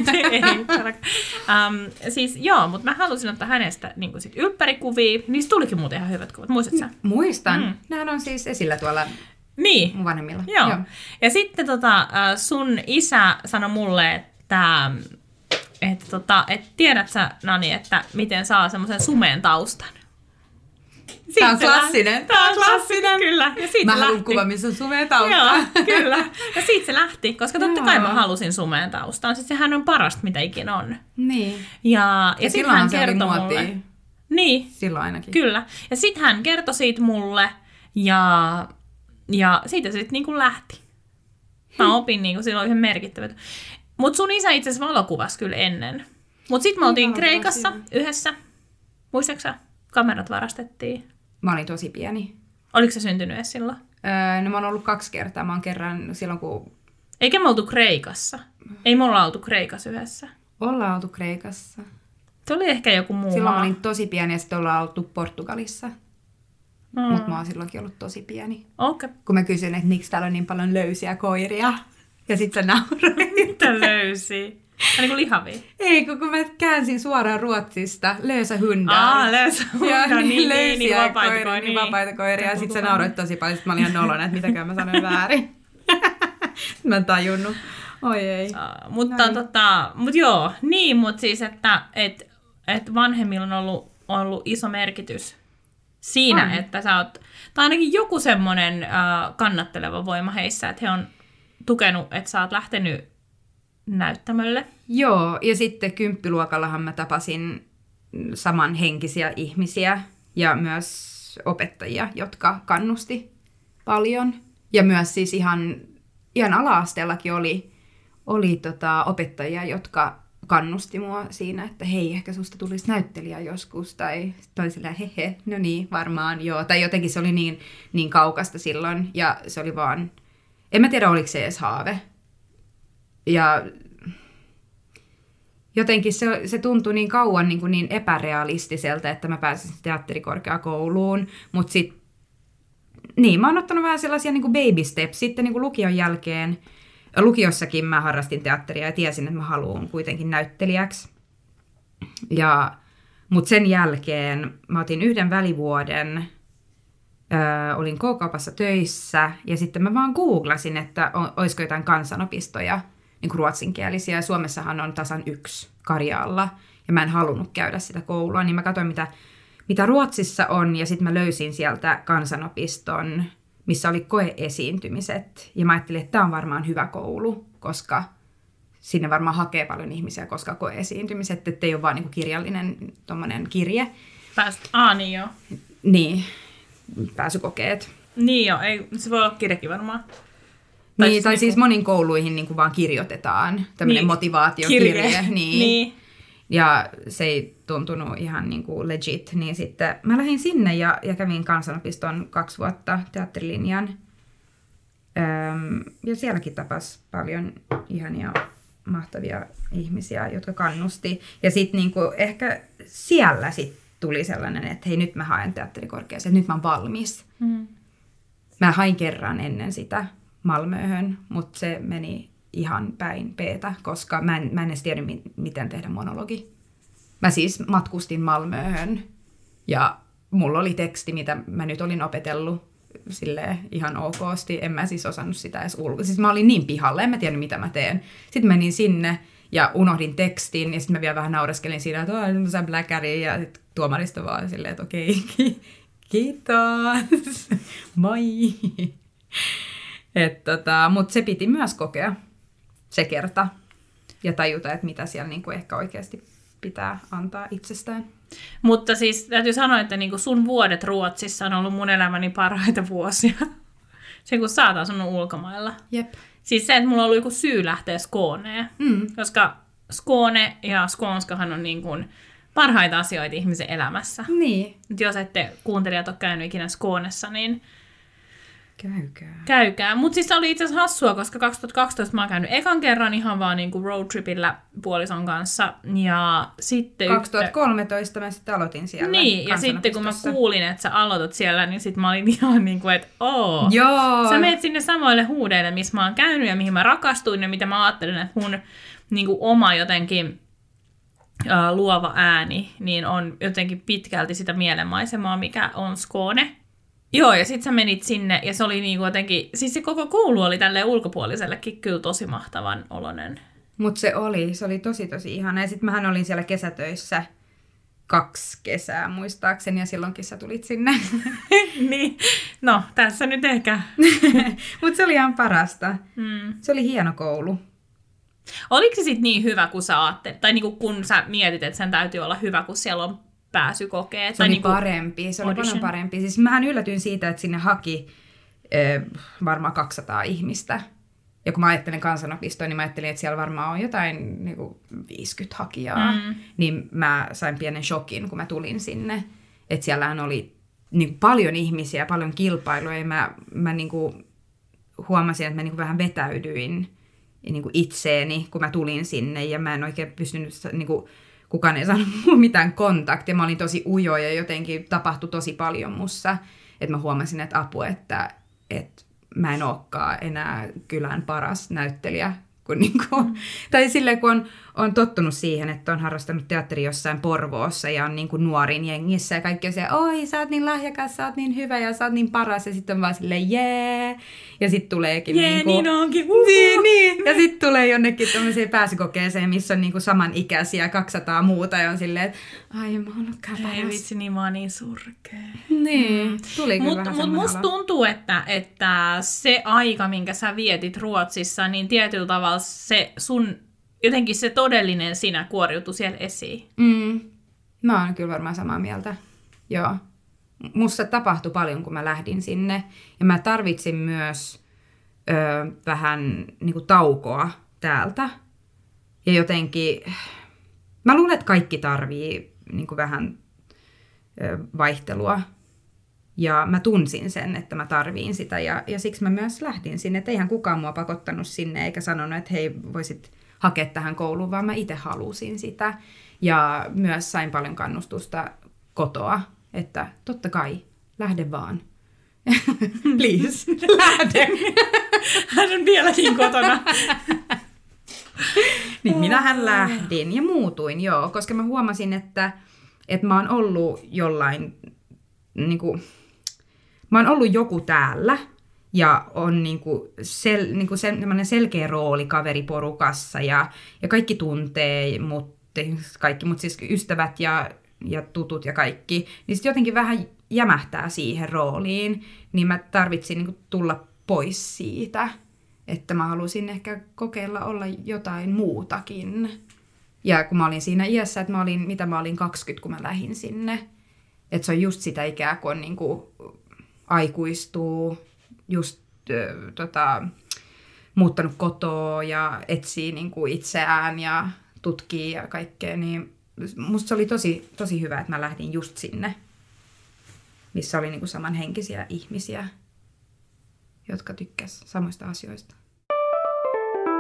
B: Siis joo, mutta mä halusin ottaa hänestä niin sit ylppärikuvia, niistä tulikin muuten ihan hyvät kuvat, muistatko sä?
C: Muistan, Nämähän on siis esillä tuolla mun vanhemmilla.
B: Joo. Ja sitten sun isä sanoi mulle, että tiedät sä, Nani, että miten saa semmoisen sumeen taustan?
C: Tämä on klassinen.
B: Kyllä. Ja
C: mä haluan kuva, missä on sumea tausta.
B: Joo, kyllä. Ja siitä se lähti, koska totta kai mä halusin sumeen taustan. Siis sehän on parasta, mitä ikinä on.
C: Niin.
B: Ja sitten hän kertoi mulle. Niin.
C: Silloin ainakin.
B: Kyllä. Ja sitten hän kertoi siitä mulle ja siitä se sitten niinku lähti. Mä opin niinku silloin ihan merkittävät. Mut sun isä itse asiassa valokuvasi kyllä ennen. Mut sitten me oltiin Kreikassa yhdessä. Muistatko sä? Kamerat varastettiin.
C: Mä olin tosi pieni.
B: Oliko se syntynyt edes silloin?
C: No mä oon ollut 2 kertaa. Mä oon kerran silloin, kun...
B: Eikä me oltu Kreikassa. Ei me olla oltu Kreikassa yhdessä.
C: Ollaan oltu Kreikassa.
B: Se oli ehkä joku muu
C: silloin
B: maa.
C: Mä olin tosi pieni ja sitten ollaan oltu Portugalissa. Mutta mä oon silloinkin ollut tosi pieni.
B: Okay.
C: Kun mä kysyin, että miksi täällä on niin paljon löysiä koiria. Ja sit sä nauroit.
B: Mitä löysiä? Niin kuin lihavia?
C: Ei, kun mä käänsin suoraan Ruotsista. Löysä hundar.
B: Löysä hundar.
C: Niin löysiä koiria, niin vapaita koiria. Ja sit sä nauroit tosi paljon. Sit mä olin ihan nolona, että mitäkään mä sanoin väärin. Mä en tajunnut. Oi ei.
B: Mutta joo, niin, mutta siis, että vanhemmilla on ollut iso merkitys siinä, että sä oot, tai ainakin joku semmoinen kannatteleva voima heissä, että he on tukenut, että sä oot lähtenyt näyttämölle.
C: Joo, ja sitten 10-luokallahan mä tapasin samanhenkisiä ihmisiä ja myös opettajia, jotka kannusti paljon. Ja myös siis ihan ala-asteellakin oli opettajia, jotka kannusti mua siinä, että hei, ehkä susta tulisi näyttelijä joskus, tai toisella hehe, no niin, varmaan joo. Tai jotenkin se oli niin kaukasta silloin, ja se oli vaan, en mä tiedä, oliko se edes haave. Ja jotenkin se tuntui niin kauan niin epärealistiselta, että mä pääsin teatterikorkeakouluun, mutta sitten niin, mä oon ottanut vähän sellaisia niin kuin baby steps. Sitten niin kuin lukion jälkeen, lukiossakin mä harrastin teatteria ja tiesin, että mä haluan kuitenkin näyttelijäksi. Mutta sen jälkeen mä otin 1 välivuoden, olin K-kaupassa töissä ja sitten mä vaan googlasin, että olisiko jotain kansanopistoja, niin kuin ruotsinkielisiä. Suomessahan on tasan 1 Karjaalla ja mä en halunnut käydä sitä koulua, niin mä katsoin, mitä Ruotsissa on, ja sitten mä löysin sieltä kansanopiston, missä oli koeesiintymiset. Ja mä ajattelin, että tämä on varmaan hyvä koulu, koska sinne varmaan hakee paljon ihmisiä, koska koeesiintymiset, ettei ole vaan niinku kirjallinen tommonen kirje.
B: Niin joo.
C: Niin, pääsykokeet.
B: Niin joo, ei, se voi olla kirjakin varmaan.
C: Tai siis monin kouluihin niinku vaan kirjoitetaan tämmöinen motivaatiokirje. Niin. Ja se ei tuntunut ihan niin kuin legit, niin sitten mä lähdin sinne ja kävin kansanopiston 2 vuotta teatterilinjan. Ja sielläkin tapas paljon ihania, mahtavia ihmisiä, jotka kannusti. Ja sitten niin kuin ehkä siellä sit tuli sellainen, että hei, nyt mä haen teatterikorkeaseen, että nyt mä oon valmis. Mä hain kerran ennen sitä, Malmöhön, mutta se meni ihan päin peetä, koska mä en edes tiedä, miten tehdä monologi. Mä siis matkustin Malmöhön ja mulla oli teksti, mitä mä nyt olin opetellut silleen ihan okosti. En mä siis osannut sitä edes ulkoa. Siis mä olin niin pihalla, en mä tiedä mitä mä teen. Sitten menin sinne ja unohdin tekstin ja sitten mä vielä vähän naureskelin siinä, että sä bläkäri ja sitten tuomarista vaan silleen, että okei, kiitos, moi. Mutta se piti myös kokea se kerta ja tajuta, että mitä siellä niinku ehkä oikeasti pitää antaa itsestään.
B: Mutta siis täytyy sanoa, että niinku sun vuodet Ruotsissa on ollut mun elämäni parhaita vuosia. Se kun sä oot asunut ulkomailla.
C: Jep.
B: Siis se, että mulla on ollut joku syy lähteä Skåneen. Koska Skåne ja Skånskahan on niin kuin parhaita asioita ihmisen elämässä.
C: Niin.
B: Jos ette kuuntelijat ole käynyt ikinä Skånessa, niin käykää. Mutta siis se oli itse asiassa hassua, koska 2012 mä oon käynyt ekan kerran ihan vaan niinku roadtripillä puolison kanssa. Ja sitten
C: 2013 mä sitten aloitin siellä.
B: Niin, ja sitten kun mä kuulin, että sä aloitat siellä, niin sitten mä olin ihan niin kuin, että
C: Joo.
B: Sä menet sinne samoille huudeille, missä mä oon käynyt ja mihin mä rakastuin ja mitä mä ajattelin, että mun niin kuin oma jotenkin luova ääni niin on jotenkin pitkälti sitä mielenmaisemaa, mikä on Skåne. Joo, ja sit sä menit sinne, ja se oli niinku jotenkin, siis se koko koulu oli tälleen ulkopuolisellekin kyllä tosi mahtavan oloinen.
C: Mut se oli tosi ihana. Ja sit mähän olin siellä kesätöissä 2 kesää muistaakseni, ja silloinkin sä tulit sinne.
B: Niin, no tässä nyt ehkä.
C: Mut se oli ihan parasta. Se oli hieno koulu.
B: Oliko se sit niin hyvä, kun sä ajattelit, tai niinku kun sä mietit, että sen täytyy olla hyvä, kun siellä on pääsykokeet?
C: Se oli parempi, se oli paljon parempi. Siis mähän yllätyin siitä, että sinne haki varmaan 200 ihmistä. Ja kun mä ajattelen kansanopistoa, niin mä ajattelin, että siellä varmaan on jotain niin kuin 50 hakijaa. Niin mä sain pienen shokin, kun mä tulin sinne. Että siellähän oli niin kuin paljon ihmisiä, paljon kilpailua. Ja mä niin kuin huomasin, että mä niin kuin vähän vetäydyin niin kuin itseeni, kun mä tulin sinne. Ja mä en oikein pystynyt niin kuin kukaan ei saanut mitään kontaktia. Mä olin tosi ujo ja jotenkin tapahtui tosi paljon mussa. Että mä huomasin, että että mä en olekaan enää kylän paras näyttelijä. Tai silleen, kun on tottunut siihen, että on harrastanut teatteri jossain Porvoossa ja on niin kuin nuorin jengissä ja kaikki on se, oi sä oot niin lahjakas, sä oot niin hyvä ja sä oot niin paras. Ja sitten on vaan silleen, jee. Ja sitten tuleekin
B: niin onkin.
C: Niin. Ja sitten tulee jonnekin tämmöiseen pääsykokeeseen, missä on niinku samanikäisiä 200 muuta ja on silleen, että ai mä oonkaan paras.
B: Ei vitsi, niin mä oon niin surkea.
C: Niin, tuli kyllä vähän semmoinen
B: musta tuntuu, että se aika, minkä sä vietit Ruotsissa, niin tietyllä tavalla se sun, jotenkin se todellinen sinä kuoriutui siellä esiin.
C: Mä oon kyllä varmaan samaa mieltä. Joo. Musta tapahtui paljon, kun mä lähdin sinne. Ja mä tarvitsin myös vähän niinku taukoa täältä. Ja jotenkin, mä luulen, että kaikki tarvii niinku vähän vaihtelua. Ja mä tunsin sen, että mä tarviin sitä. Ja siksi mä myös lähdin sinne. Että eihän kukaan mua pakottanut sinne, eikä sanonut, että hei, voisit hakea tähän kouluun, vaan mä itse halusin sitä. Ja myös sain paljon kannustusta kotoa, että totta kai, lähde vaan. Please, lähde.
B: Hän on vieläkin kotona.
C: Niin minähän lähdin ja muutuin, joo, koska mä huomasin, että mä oon ollut jollain, niinku, mä oon ollut joku täällä ja on semmoinen selkeä rooli kaveriporukassa ja kaikki tuntee mut siis ystävät ja tutut ja kaikki, niin sitten jotenkin vähän jämähtää siihen rooliin, niin mä tarvitsin niinku tulla pois siitä, että mä halusin ehkä kokeilla olla jotain muutakin. Ja kun mä olin siinä iässä, että mä olin 20, kun mä lähdin sinne, että se on just sitä ikää, kun on niinku aikuistuu, just muuttanut kotoa ja etsii niinku itseään ja tutkii ja kaikkea, niin musta se oli tosi, tosi hyvä, että mä lähdin just sinne, missä oli niinku samanhenkisiä ihmisiä, jotka tykkäs samoista asioista.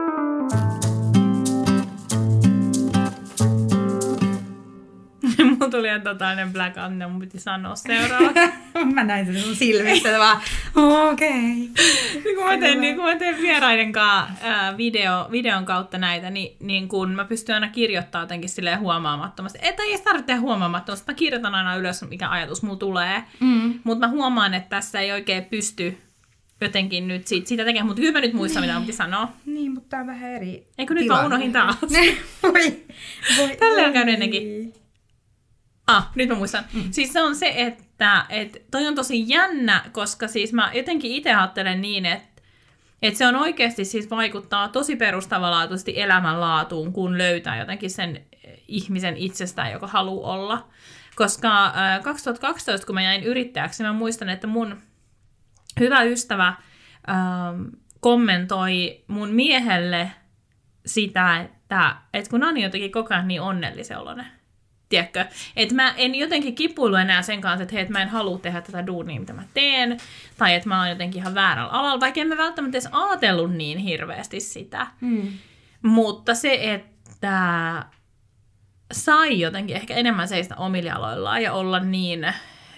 B: Mulla tuli totainen blackout, mitä mun piti sanoa seuraavaksi.
C: Mä näin sen sun silmissä, vaan okei.
B: Kun mä teen vieraiden kanssa videon kautta näitä, niin kun mä pystyn aina kirjoittamaan jotenkin silleen huomaamattomasti. Ei edes tarvitse tehdä huomaamattomasti. Mä kirjoitan aina ylös, mikä ajatus mulla tulee. Mutta mä huomaan, että tässä ei oikein pysty jotenkin nyt sitä tekemään. Mutta kyllä mä nyt muistan, mitä mä piti sanoa.
C: Niin, mutta tää on vähän eri
B: eikö nyt vaan unohin taas?
C: voi.
B: Tälle on käynyt ennenkin. Nyt mä muistan. Siis se on se, että toi on tosi jännä, koska siis mä jotenkin itse ajattelen niin, että se on oikeasti siis vaikuttaa tosi perustavanlaatuisesti elämänlaatuun, kun löytää jotenkin sen ihmisen itsestään, joka haluaa olla. Koska 2012, kun mä jäin yrittäjäksi, mä muistan, että mun hyvä ystävä kommentoi mun miehelle sitä, että kun Nani on jotenkin koko ajan niin onnellisen oloinen. Tiedätkö? Että mä en jotenkin kipuilu enää sen kanssa, että hei, että mä en halua tehdä tätä duunia, mitä mä teen, tai että mä oon jotenkin ihan väärällä alalla, vaikka en mä välttämättä edes ajatellut niin hirveästi sitä. Mutta se, että sai jotenkin ehkä enemmän seistä omilla aloillaan ja olla niin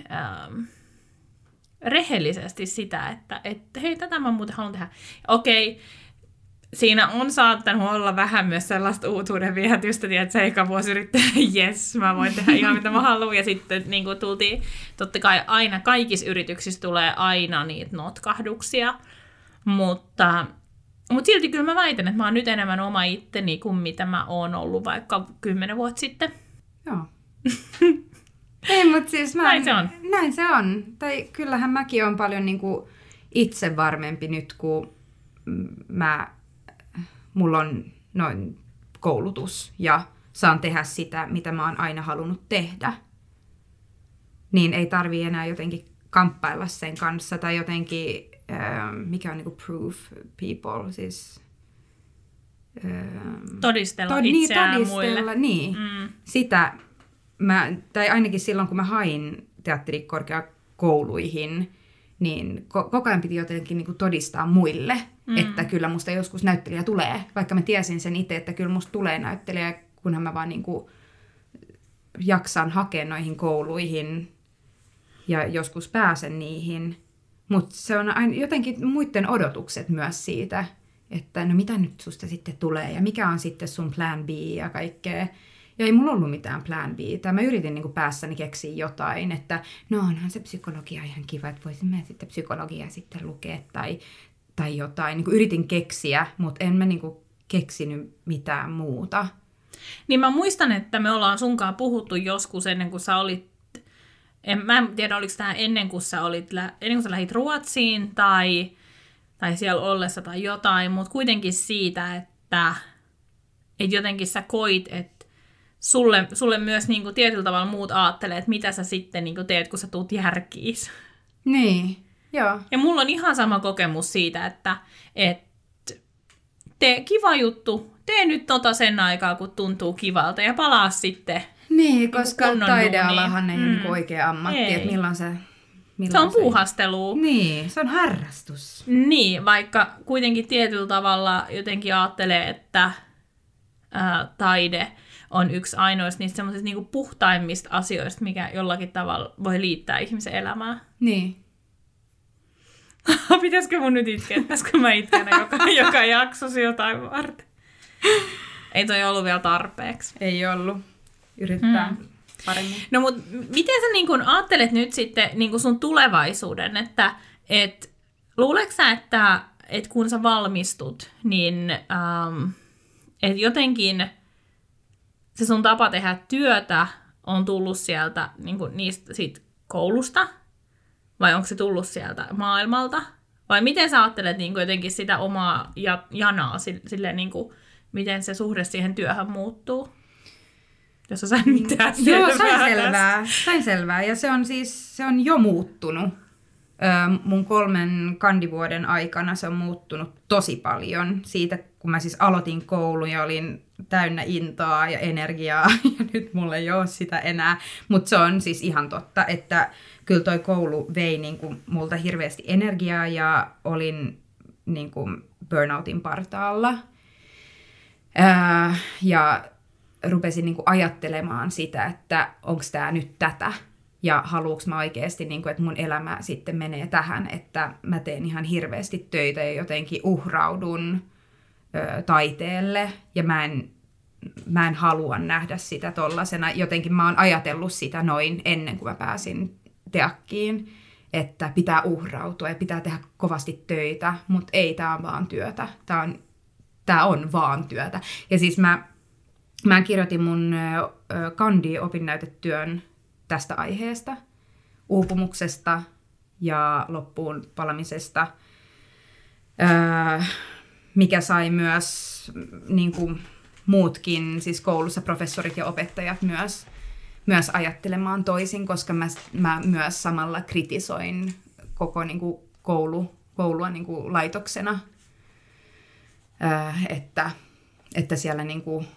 B: rehellisesti sitä, että hei, tätä mä muuten haluan tehdä. Okei, siinä on saattanut olla vähän myös sellaista uutuuden viehätystä, että se eka vuosi yrittää, jes, mä voin tehdä ihan mitä mä haluan. Ja sitten niin kuin tultiin, totta kai aina, kaikissa yrityksissä tulee aina niitä notkahduksia. Mutta silti kyllä mä väitän, että mä oon nyt enemmän oma itteni kuin mitä mä oon ollut vaikka 10 vuotta sitten.
C: Joo. Ei, mutta siis
B: näin se on.
C: Näin se on. Tai kyllähän mäkin on paljon niin kuin itsevarmempi nyt, kun mulla on noin koulutus ja saan tehdä sitä, mitä mä oon aina halunnut tehdä. Niin ei tarvii enää jotenkin kamppailla sen kanssa tai jotenkin, mikä on niinku proof people, siis
B: todistella itseään muille.
C: Niin, sitä tai ainakin silloin, kun mä hain teatterikorkeakouluihin, niin koko ajan piti jotenkin niinku todistaa muille, että kyllä musta joskus näyttelijä tulee. Vaikka mä tiesin sen itse, että kyllä musta tulee näyttelijä, kunhan mä vaan niinku jaksan hakea noihin kouluihin ja joskus pääsen niihin. Mutta se on aina jotenkin muiden odotukset myös siitä, että no mitä nyt susta sitten tulee ja mikä on sitten sun plan B ja kaikkea. Ja ei mulla ollut mitään plan B. Mä yritin niin kuin päässäni keksiä jotain, että no onhan se psykologia ihan kiva, että voisimme sitten psykologiaa sitten lukea tai jotain. Niin kuin yritin keksiä, mutta en mä niin kuin keksinyt mitään muuta.
B: Niin mä muistan, että me ollaan sunkaan puhuttu joskus ennen kuin sä olit, mä en tiedä oliko tämä ennen kuin sä lähdit Ruotsiin tai siellä ollessa tai jotain, mutta kuitenkin siitä, että jotenkin sä koit, että sulle myös niin kuin tietyllä tavalla muut ajattelee, että mitä sä sitten niin kuin teet, kun sä tuut järkiis.
C: Niin, joo.
B: Ja mulla on ihan sama kokemus siitä, että tee kiva juttu, tee nyt sen aikaa, kun tuntuu kivalta ja palaa sitten.
C: Niin, koska taidealahan ei ole niin oikea ammatti,
B: ei.
C: Että milloin se
B: on puuhastelua.
C: Niin, se on harrastus.
B: Niin, vaikka kuitenkin tietyllä tavalla jotenkin ajattelee, että taide on yksi ainoista niistä semmoisista niinku puhtaimmista asioista, mikä jollakin tavalla voi liittää ihmisen elämään.
C: Niin.
B: Pitäisikö mun nyt itkeä? Pitäisikö mä itkeä joka jaksosi jotain varten? Ei toi ollut vielä tarpeeksi.
C: Ei ollut. Yrittää paremmin.
B: No mut miten sä niin kun ajattelet nyt sitten niin kun sun tulevaisuuden, että luuleeko sä, että kun sä valmistut, niin että jotenkin se sun tapa tehdä työtä on tullut sieltä niin kun siitä koulusta, vai onko se tullut sieltä maailmalta? Vai miten sä ajattelet niin kun jotenkin sitä omaa janaa, silleen, niin kun, miten se suhde siihen työhön muuttuu? Jos sä sain mitään selvää.
C: Joo, sain selvää. Ja se on jo muuttunut. Mun 3 kandivuoden aikana se on muuttunut tosi paljon. Siitä, kun mä siis aloitin koulun ja olin täynnä intoa ja energiaa, ja nyt mulla ei ole sitä enää. Mutta se on siis ihan totta, että kyllä toi koulu vei niin kuin multa hirveästi energiaa, ja olin niin kuin burnoutin partaalla. Ja rupesin niin kuin ajattelemaan sitä, että onko tämä nyt tätä. Ja haluuks mä oikeasti, niin kuin, että mun elämä sitten menee tähän, että mä teen ihan hirveästi töitä ja jotenkin uhraudun taiteelle. Ja mä en halua nähdä sitä tollasena. Jotenkin mä oon ajatellut sitä noin ennen kuin mä pääsin teakkiin, että pitää uhrautua ja pitää tehdä kovasti töitä, mutta ei, tää on vaan työtä. Tää on vaan työtä. Ja siis mä kirjoitin mun kandi-opinnäytetyön tästä aiheesta, uupumuksesta ja loppuun palamisesta, mikä sai myös niin kuin muutkin, siis koulussa professorit ja opettajat myös ajattelemaan toisin, koska mä myös samalla kritisoin koko niin kuin koulua niin kuin laitoksena, että siellä niin kuin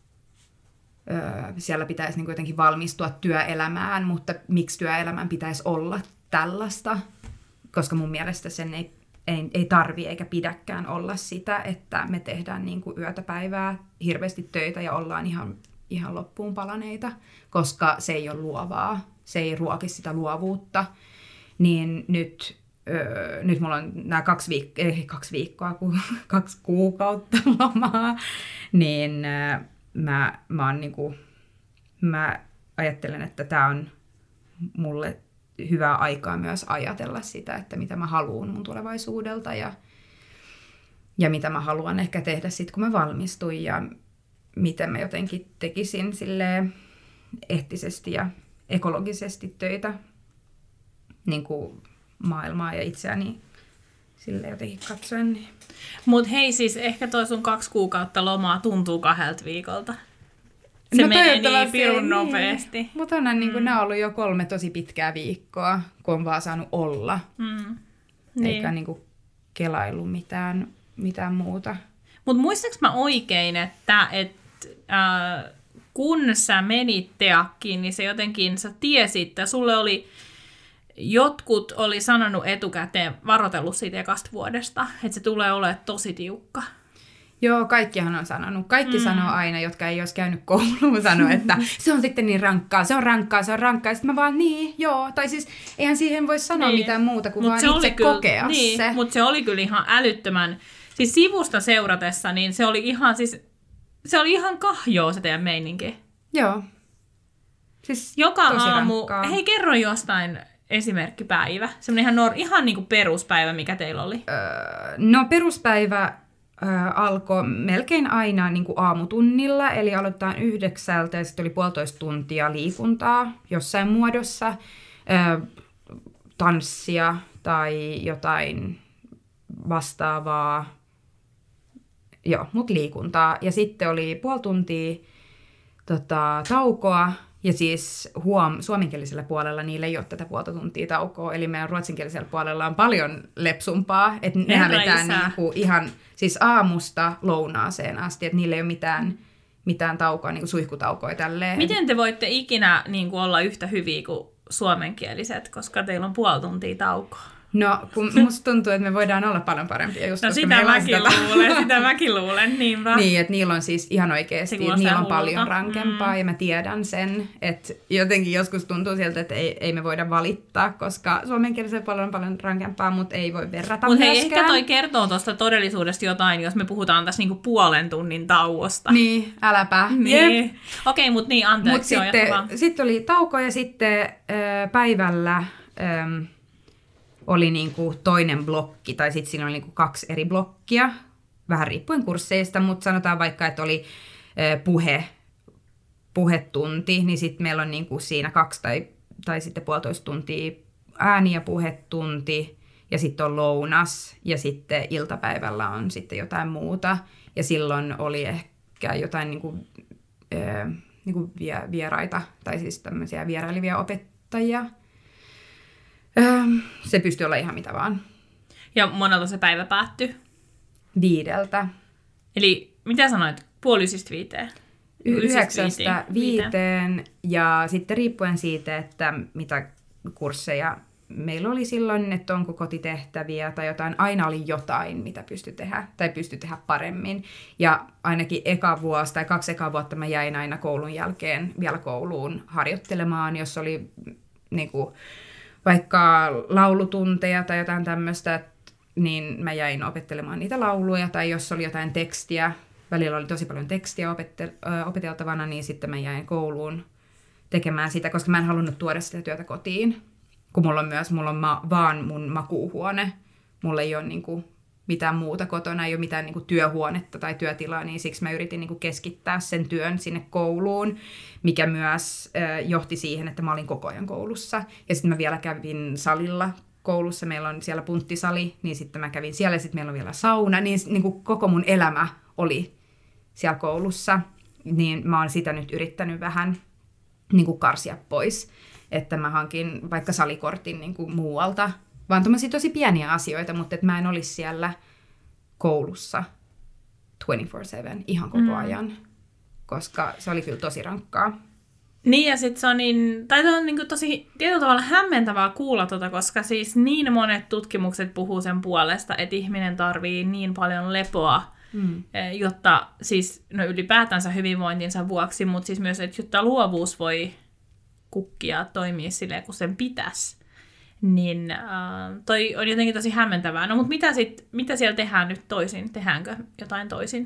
C: siellä pitäisi niin kuin jotenkin valmistua työelämään, mutta miksi työelämän pitäisi olla tällaista? Koska mun mielestä sen ei tarvitse eikä pidäkään olla sitä, että me tehdään niin kuin yötä päivää hirveästi töitä ja ollaan ihan loppuun palaneita, koska se ei ole luovaa, se ei ruoki sitä luovuutta. Niin nyt mulla on nämä 2 kuukautta lomaa, niin mä ajattelen, että tämä on mulle hyvää aikaa myös ajatella sitä, että mitä mä haluan mun tulevaisuudelta ja mitä mä haluan ehkä tehdä sitten, kun mä valmistun ja miten mä jotenkin tekisin silleen eettisesti ja ekologisesti töitä niin kuin maailmaa ja itseäni sille jotenkin katsoen.
B: Mut hei, siis ehkä toi sun 2 kuukautta lomaa tuntuu 2 viikolta. Se menee niin pirun nopeasti.
C: Niin. Mutta onhan niin nämä on ollut jo 3 tosi pitkää viikkoa, kun on vaan saanut olla. Niin. Eikä niin kuin kelailu mitään muuta.
B: Mutta muistaaks mä oikein, että kun sä menit teakkiin, niin se jotenkin sä tiesit, että sulle jotkut oli sanonut etukäteen, varoitellut siitä ekasta vuodesta, että se tulee olemaan tosi tiukka.
C: Joo, kaikkihan on sanonut. Kaikki sanoo aina, jotka ei olisi käynyt kouluun, sanoo, että se on sitten niin rankkaa, se on rankkaa. Ja sitten mä vaan, niin, joo. Tai siis eihän siihen voi sanoa mitään muuta kuin vaan itse kokea se.
B: Mutta se oli kyllä ihan älyttömän, siis sivusta seuratessa, niin se oli ihan kahjoa se teidän meininki.
C: Joo. Siis
B: joka aamu,
C: rankkaa.
B: Hei kerro jostain esimerkkipäivä, semmoinen ihan niin kuin peruspäivä, mikä teillä oli.
C: No peruspäivä alkoi melkein aina niin kuin aamutunnilla, eli aloitetaan 9 ja sitten oli 1,5 tuntia liikuntaa jossain muodossa, tanssia tai jotain vastaavaa, joo, mutta liikuntaa. Ja sitten oli 0,5 tuntia taukoa, ja siis suomenkielisellä puolella niillä ei ole tätä 0,5 tuntia taukoa, eli meidän ruotsinkielisellä puolella on paljon lepsumpaa, että nehän vetää niinku ihan siis aamusta lounaaseen asti, että niillä ei ole mitään taukoa, niinku suihkutaukoa tälleen.
B: Miten te voitte ikinä niinku olla yhtä hyviä kuin suomenkieliset, koska teillä on 0,5 tuntia taukoa?
C: No, kun musta tuntuu, että me voidaan olla paljon parempia just, koska
B: sitä mäkin luulen, niinpä.
C: Niin, että niillä on siis ihan oikeasti, niillä on paljon rankempaa ja mä tiedän sen, että jotenkin joskus tuntuu sieltä, että ei me voida valittaa, koska suomenkielisellä on paljon rankempaa, mutta ei voi verrata
B: myöskään.
C: Mutta
B: hei, ehkä toi kertoo tuosta todellisuudesta jotain, jos me puhutaan tässä niinku 0,5 tunnin tauosta.
C: Niin, äläpä.
B: Niin. Okei, mutta niin, anteeksi.
C: Sitten oli tauko ja sitten päivällä oli niinku toinen blokki, tai sitten siinä oli niinku 2 eri blokkia, vähän riippuen kursseista, mutta sanotaan vaikka, että oli puhetunti, niin sitten meillä on niinku siinä 2 tai sitten 1,5 tuntia ääni- ja puhetunti, ja sitten on lounas, ja sitten iltapäivällä on sitten jotain muuta, ja silloin oli ehkä jotain niinku vieraita, tai siis tämmöisiä vierailivia opettajia. Se pystyy olla ihan mitä vaan.
B: Ja monelta se päivä päättyi?
C: 5.
B: Eli mitä sanoit? 4:30 5?
C: 9:00 5 ja sitten riippuen siitä, että mitä kursseja meillä oli silloin, että onko kotitehtäviä tai jotain, aina oli jotain, mitä pystyi tehdä paremmin. Ja ainakin eka vuosi tai 2 ekaa vuotta mä jäin aina koulun jälkeen vielä kouluun harjoittelemaan, jos oli niin kuin, vaikka laulutunteja tai jotain tämmöistä, niin mä jäin opettelemaan niitä lauluja, tai jos oli jotain tekstiä, välillä oli tosi paljon tekstiä opeteltavana, niin sitten mä jäin kouluun tekemään sitä, koska mä en halunnut tuoda sitä työtä kotiin. Kun mulla on vaan mun makuuhuone, mulla ei ole niinku mitään muuta kotona, ei ole mitään niinku työhuonetta tai työtilaa, niin siksi mä yritin niinku keskittää sen työn sinne kouluun, mikä myös johti siihen, että mä olin koko ajan koulussa. Ja sitten mä vielä kävin salilla koulussa, meillä on siellä punttisali, niin sitten mä kävin siellä, ja sitten meillä on vielä sauna, niin niinku koko mun elämä oli siellä koulussa, niin mä oon sitä nyt yrittänyt vähän niinku karsia pois. Että mä hankin vaikka salikortin niin kuin muualta, vaan tommosia tosi pieniä asioita, mutta että mä en olisi siellä koulussa 24/7 ihan koko ajan, koska se oli kyllä tosi rankkaa.
B: Niin, ja sitten se on niin tosi tietyllä tavalla hämmentävää kuulla koska siis niin monet tutkimukset puhuu sen puolesta, että ihminen tarvii niin paljon lepoa, jotta siis, no ylipäätänsä hyvinvointinsa vuoksi, mutta siis myös, että jotta luovuus voi kukkia toimia silleen, kun sen pitäisi. Niin toi on jotenkin tosi hämmentävää. No, mutta mitä siellä tehdään nyt toisin? Tehdäänkö jotain toisin?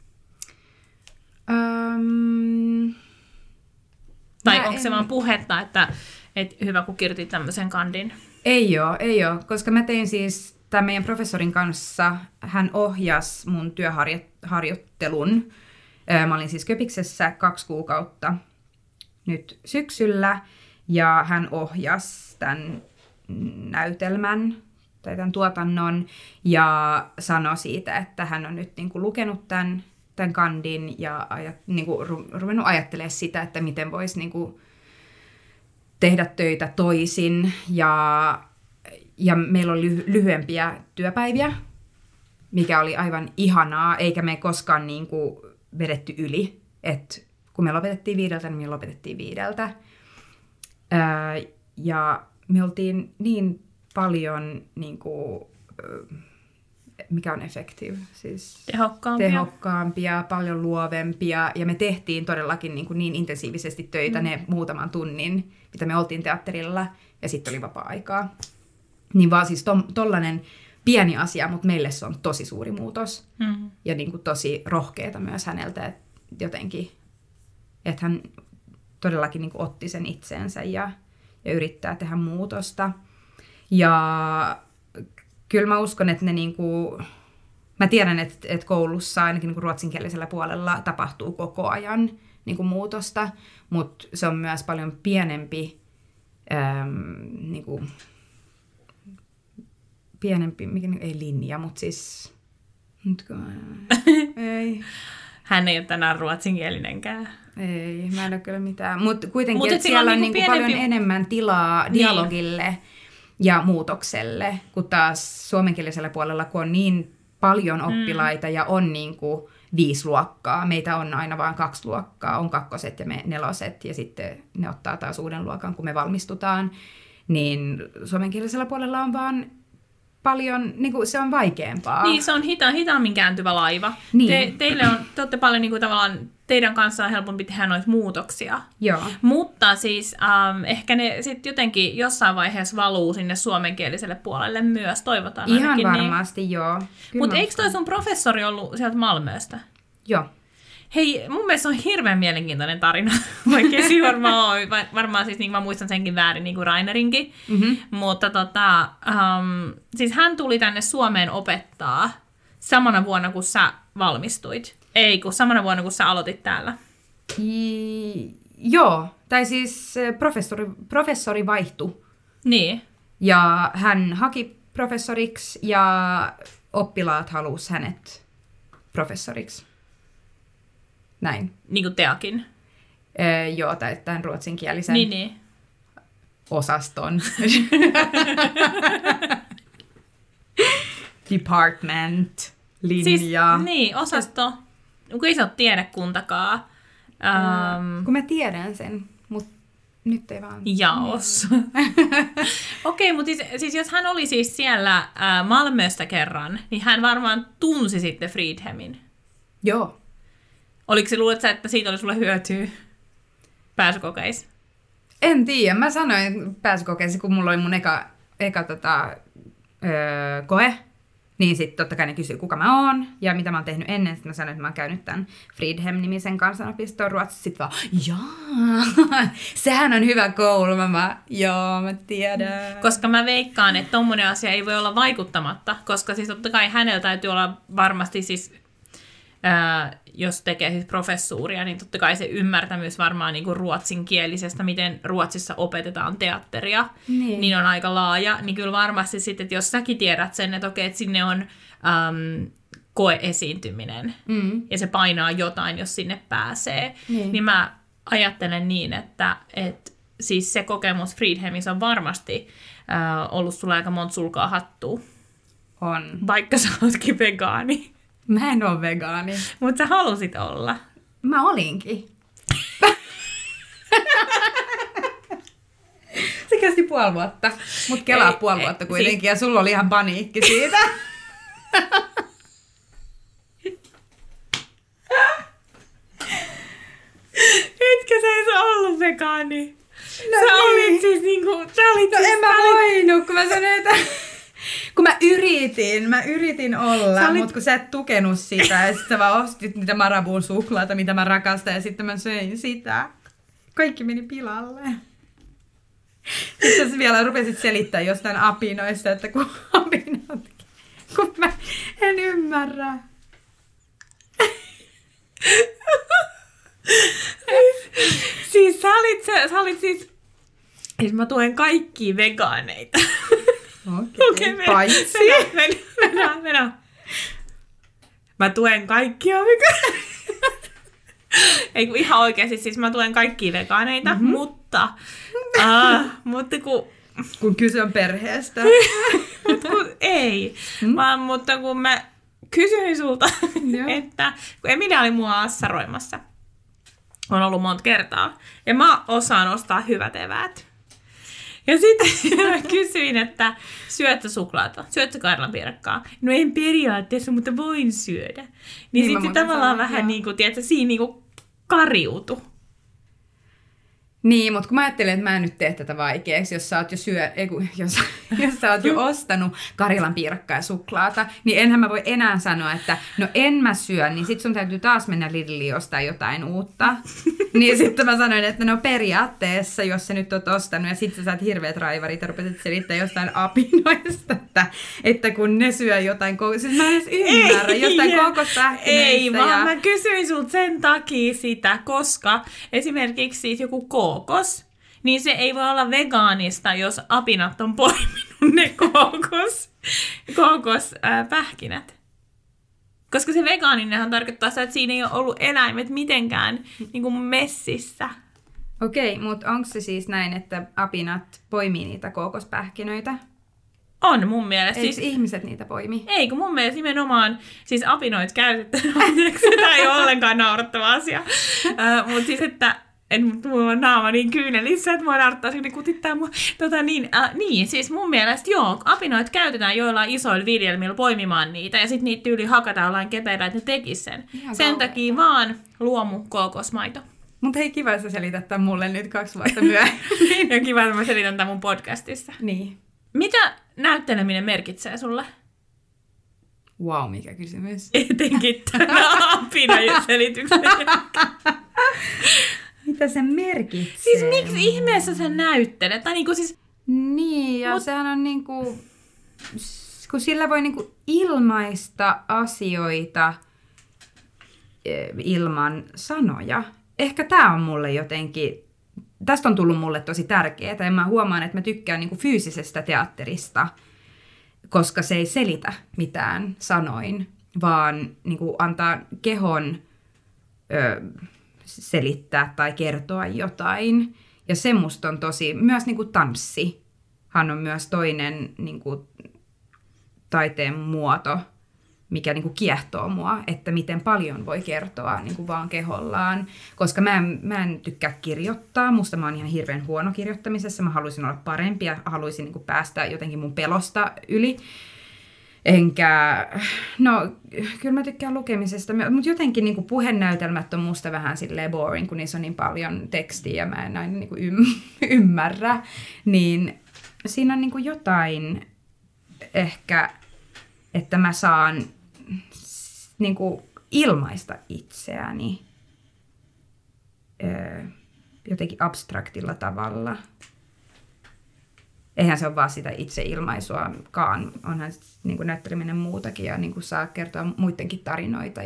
B: Tai onko se vaan puhetta, että hyvä, kun kirjoitit tämmöisen kandin?
C: Ei ole, koska mä tein siis tämän meidän professorin kanssa, hän ohjasi mun työharjoittelun. Mä olin siis Köpiksessä 2 kuukautta nyt syksyllä, ja hän ohjasi tämän näytelmän tai tämän tuotannon, ja sanoi siitä, että hän on nyt niin kuin lukenut tämän kandin, ja niin kuin ruvennut ajattelemaan sitä, että miten voisi niin kuin tehdä töitä toisin, ja meillä oli lyhyempiä työpäiviä, mikä oli aivan ihanaa, eikä me koskaan niin kuin vedetty yli, että kun me lopetettiin 5, niin me lopetettiin 5. Ja me oltiin niin paljon, niin kuin, mikä on effective, siis tehokkaampia, paljon luovempia. Ja me tehtiin todellakin niin intensiivisesti töitä ne muutaman tunnin, mitä me oltiin teatterilla, ja sitten oli vapaa-aikaa. Niin vaan siis tollainen pieni asia, mutta meille se on tosi suuri muutos. Ja niin kuin tosi rohkeata myös häneltä, että jotenkin, että hän todellakin niin kuin otti sen itseensä ja yrittää tehdä muutosta. Ja kyllä mä uskon, että ne niin kuin, mä tiedän, että koulussa ainakin niin kuin ruotsinkielisellä puolella tapahtuu koko ajan niin kuin muutosta, mutta se on myös paljon pienempi, niin kuin, ei linja, mutta siis, ei.
B: Hän ei ole tänään ruotsinkielinenkään.
C: Ei, mä en ole kyllä mitään. Mutta kuitenkin, että siellä on niinku paljon enemmän tilaa dialogille ja muutokselle, kun taas suomenkielisellä puolella, kun on niin paljon oppilaita ja on niinku 5 luokkaa. Meitä on aina vain 2 luokkaa, on 2 ja me 4, ja sitten ne ottaa taas uuden luokan, kun me valmistutaan. Niin suomenkielisellä puolella on vaan paljon, niin kuin se on vaikeampaa.
B: Niin, se on hitaammin kääntyvä laiva.
C: Niin.
B: Te olette paljon niin kuin, tavallaan, teidän kanssa on helpompi tehdä noita muutoksia.
C: Joo.
B: Mutta siis ehkä ne sitten jotenkin jossain vaiheessa valuu sinne suomenkieliselle puolelle myös, toivotaan
C: ihan
B: ainakin.
C: Varmasti, niin. Joo.
B: Mutta eikö toi sun professori ollut sieltä Malmöstä?
C: Joo.
B: Hei, mun mielestä se on hirveän mielenkiintoinen tarina, vaikka ei varmaan ole. Varmaan siis, niin mä muistan senkin väärin, niin kuin Rainerinkin. Mutta siis hän tuli tänne Suomeen opettaa samana vuonna, kun sä valmistuit. Ei, kun samana vuonna, kun sä aloitit täällä.
C: Joo, tai siis professori vaihtui.
B: Niin.
C: Ja hän haki professoriksi ja oppilaat halusi hänet professoriksi. Näin.
B: Niin kuin teakin.
C: Joo, tai tämän ruotsinkielisen
B: niin.
C: osaston. Department, linja.
B: Siis, niin, osasto. Kun ei se ole tiedekuntakaan.
C: Kun mä tiedän sen, mutta Nyt ei vaan.
B: jaos. Okei, mutta siis jos hän oli siis siellä Malmöstä kerran, niin hän varmaan tunsi sitten Fridhemin.
C: Joo.
B: Oliko se luulet sä, että siitä oli sulle hyötyä pääsykokeissa?
C: En tiedä. Mä sanoin pääsykokeessa, kun mulla oli mun eka koe, niin sitten totta kai ne kysyi, kuka mä oon ja mitä mä oon tehnyt ennen. Sitten mä sanoin, että mä oon käynyt tämän Fridhem-nimisen kansanopistoon Ruotsissa. Sitten vaan, jaa, sehän on hyvä koulu. Joo, mä tiedän.
B: Koska mä veikkaan, että tommonen asia ei voi olla vaikuttamatta, koska siis totta kai hänellä täytyy olla varmasti siis, jos tekee siis professuuria, niin totta kai se ymmärtämys varmaan niin kuin ruotsinkielisestä, miten Ruotsissa opetetaan teatteria, niin on aika laaja. Niin kyllä varmasti sitten, että jos säkin tiedät sen, että okei, että sinne on koeesiintyminen ja se painaa jotain, jos sinne pääsee, niin mä ajattelen niin, että siis se kokemus Fridhemissä on varmasti ollut sulla aika monta sulkaa hattua.
C: On.
B: Vaikka sä ootkin vegaani.
C: Mä en oo vegaani.
B: Mutta sä halusit olla.
C: Mä olinkin. Se kesti puoli vuotta. Mut kelaa puoli vuotta kuitenkin, ja sulla oli ihan paniikki siitä.
B: Etkö sä edes ollut vegaani?
C: No
B: sä
C: niin.
B: olit siis niinku...
C: En mä voinut, kun mä sanoin, että... Kun mä yritin olla, mutta kun sä et tukenut sitä, ja sit sä vaan ostit niitä Marabun suklaata, mitä mä rakastan, ja sitten mä söin sitä. Kaikki meni pilalle. Sitten sä vielä rupesit selittämään jostain apinoista, että kun apinat... Kun mä en ymmärrä.
B: Siis sä olit siis... Siis mä tuen kaikkia vegaaneita.
C: Okei, paitsi.
B: Mennään. Mä tuen kaikkia vegaaneita. Ei kun ihan oikeasti, siis mä tuen kaikkia vegaaneita, mutta
C: kun kyse on perheestä.
B: ei, vaan mutta kun mä kysyin sulta, että kun Emilia oli mua assaroimassa, on ollut monta kertaa, ja mä osaan ostaa hyvät eväät. Ja sitten mä kysyin, että syötkö suklaata? Syötkö karlanpiirakkaa? No en periaatteessa, mutta voin syödä. Niin sitten tavallaan vähän niin kuin, tiedätkö, siinä niin kuin kariutui.
C: Niin, mutta kun mä ajattelin, että mä en nyt tee tätä vaikeaksi, jos sä oot jo jos sä oot jo ostanut Karilan piirakkaa ja suklaata, niin enhän mä voi enää sanoa, että no en mä syö, niin sit sun täytyy taas mennä Lidliin ostaa jotain uutta. Niin sitten mä sanoin, että no periaatteessa, jos sä nyt oot ostanut, ja sit sä saat hirveät raivarit ja rupesit selittää jostain apinoista, että kun ne syö jotain, siis mä en edes ymmärrä, jostain kookospähkinöistä.
B: Ei, vaan mä kysyin sulta sen takia sitä, koska esimerkiksi siis joku kookos, niin se ei voi olla vegaanista, jos apinat on poiminut ne kookospähkinät. Koska se vegaaninenhan tarkoittaa sitä, että siinä ei ole ollut eläimet mitenkään niin kuin messissä.
C: Okei, mutta onko se siis näin, että apinat poimii niitä kookospähkinöitä?
B: On mun mielestä.
C: Eikö
B: siis
C: ihmiset niitä poimi?
B: Ei, kun mun mielestä nimenomaan siis apinoit käytetään. Tämä ei ole ollenkaan naurattava asia. Mutta siis, että mulla on naama niin kyynelissä, että mua naurattaa sinne kutittaa mua. Niin, siis mun mielestä joo, apinoit käytetään joillain isoilla viljelmillä poimimaan niitä, ja sitten niitä tyyli hakataan jollain kepeillä, että ne tekis sen.
C: Ihan
B: sen
C: kauheeta.
B: takia vaan luomu kookosmaito.
C: Mutta hei, kiva, että sä selität tämän mulle nyt 2 vuotta myöhemmin.
B: Ja kiva, että mä selitän tämän mun podcastissa.
C: Niin.
B: Mitä näytteleminen merkitsee sulle?
C: Wow, mikä kysymys.
B: Etenkin tämän apina selityksen.
C: Mitä se merkitsee?
B: Siis miksi ihmeessä sä näyttelet? Tai niinku siis...
C: Niin, ja sehän on niinku... Kun sillä voi niinku ilmaista asioita ilman sanoja. Ehkä tää on mulle jotenkin... Tästä on tullut mulle tosi tärkeää, ja mä huomaan, että mä tykkään niinku fyysisestä teatterista, koska se ei selitä mitään sanoin, vaan niinku antaa kehon selittää tai kertoa jotain. Ja se musta on tosi... Myös niinku tanssihan on myös toinen niinku taiteen muoto, mikä niin kuin kiehtoo mua, että miten paljon voi kertoa niin kuin vaan kehollaan. Koska mä en tykkää kirjoittaa, musta mä oon ihan hirveän huono kirjoittamisessa, mä haluaisin olla parempi ja haluaisin niin kuin päästä jotenkin mun pelosta yli. No kyllä mä tykkään lukemisesta, mutta jotenkin niin kuin puhenäytelmät on musta vähän silleen boring, kun niissä on niin paljon tekstiä ja mä en aina niin kuin ymmärrä. Niin siinä on niin kuin jotain ehkä, että mä saan niin kuin ilmaista itseäni jotenkin abstraktilla tavalla. Eihän se ole vaan sitä itseilmaisuakaan, onhan niin kuin näytteleminen muutakin ja niin kuin saa kertoa muidenkin tarinoita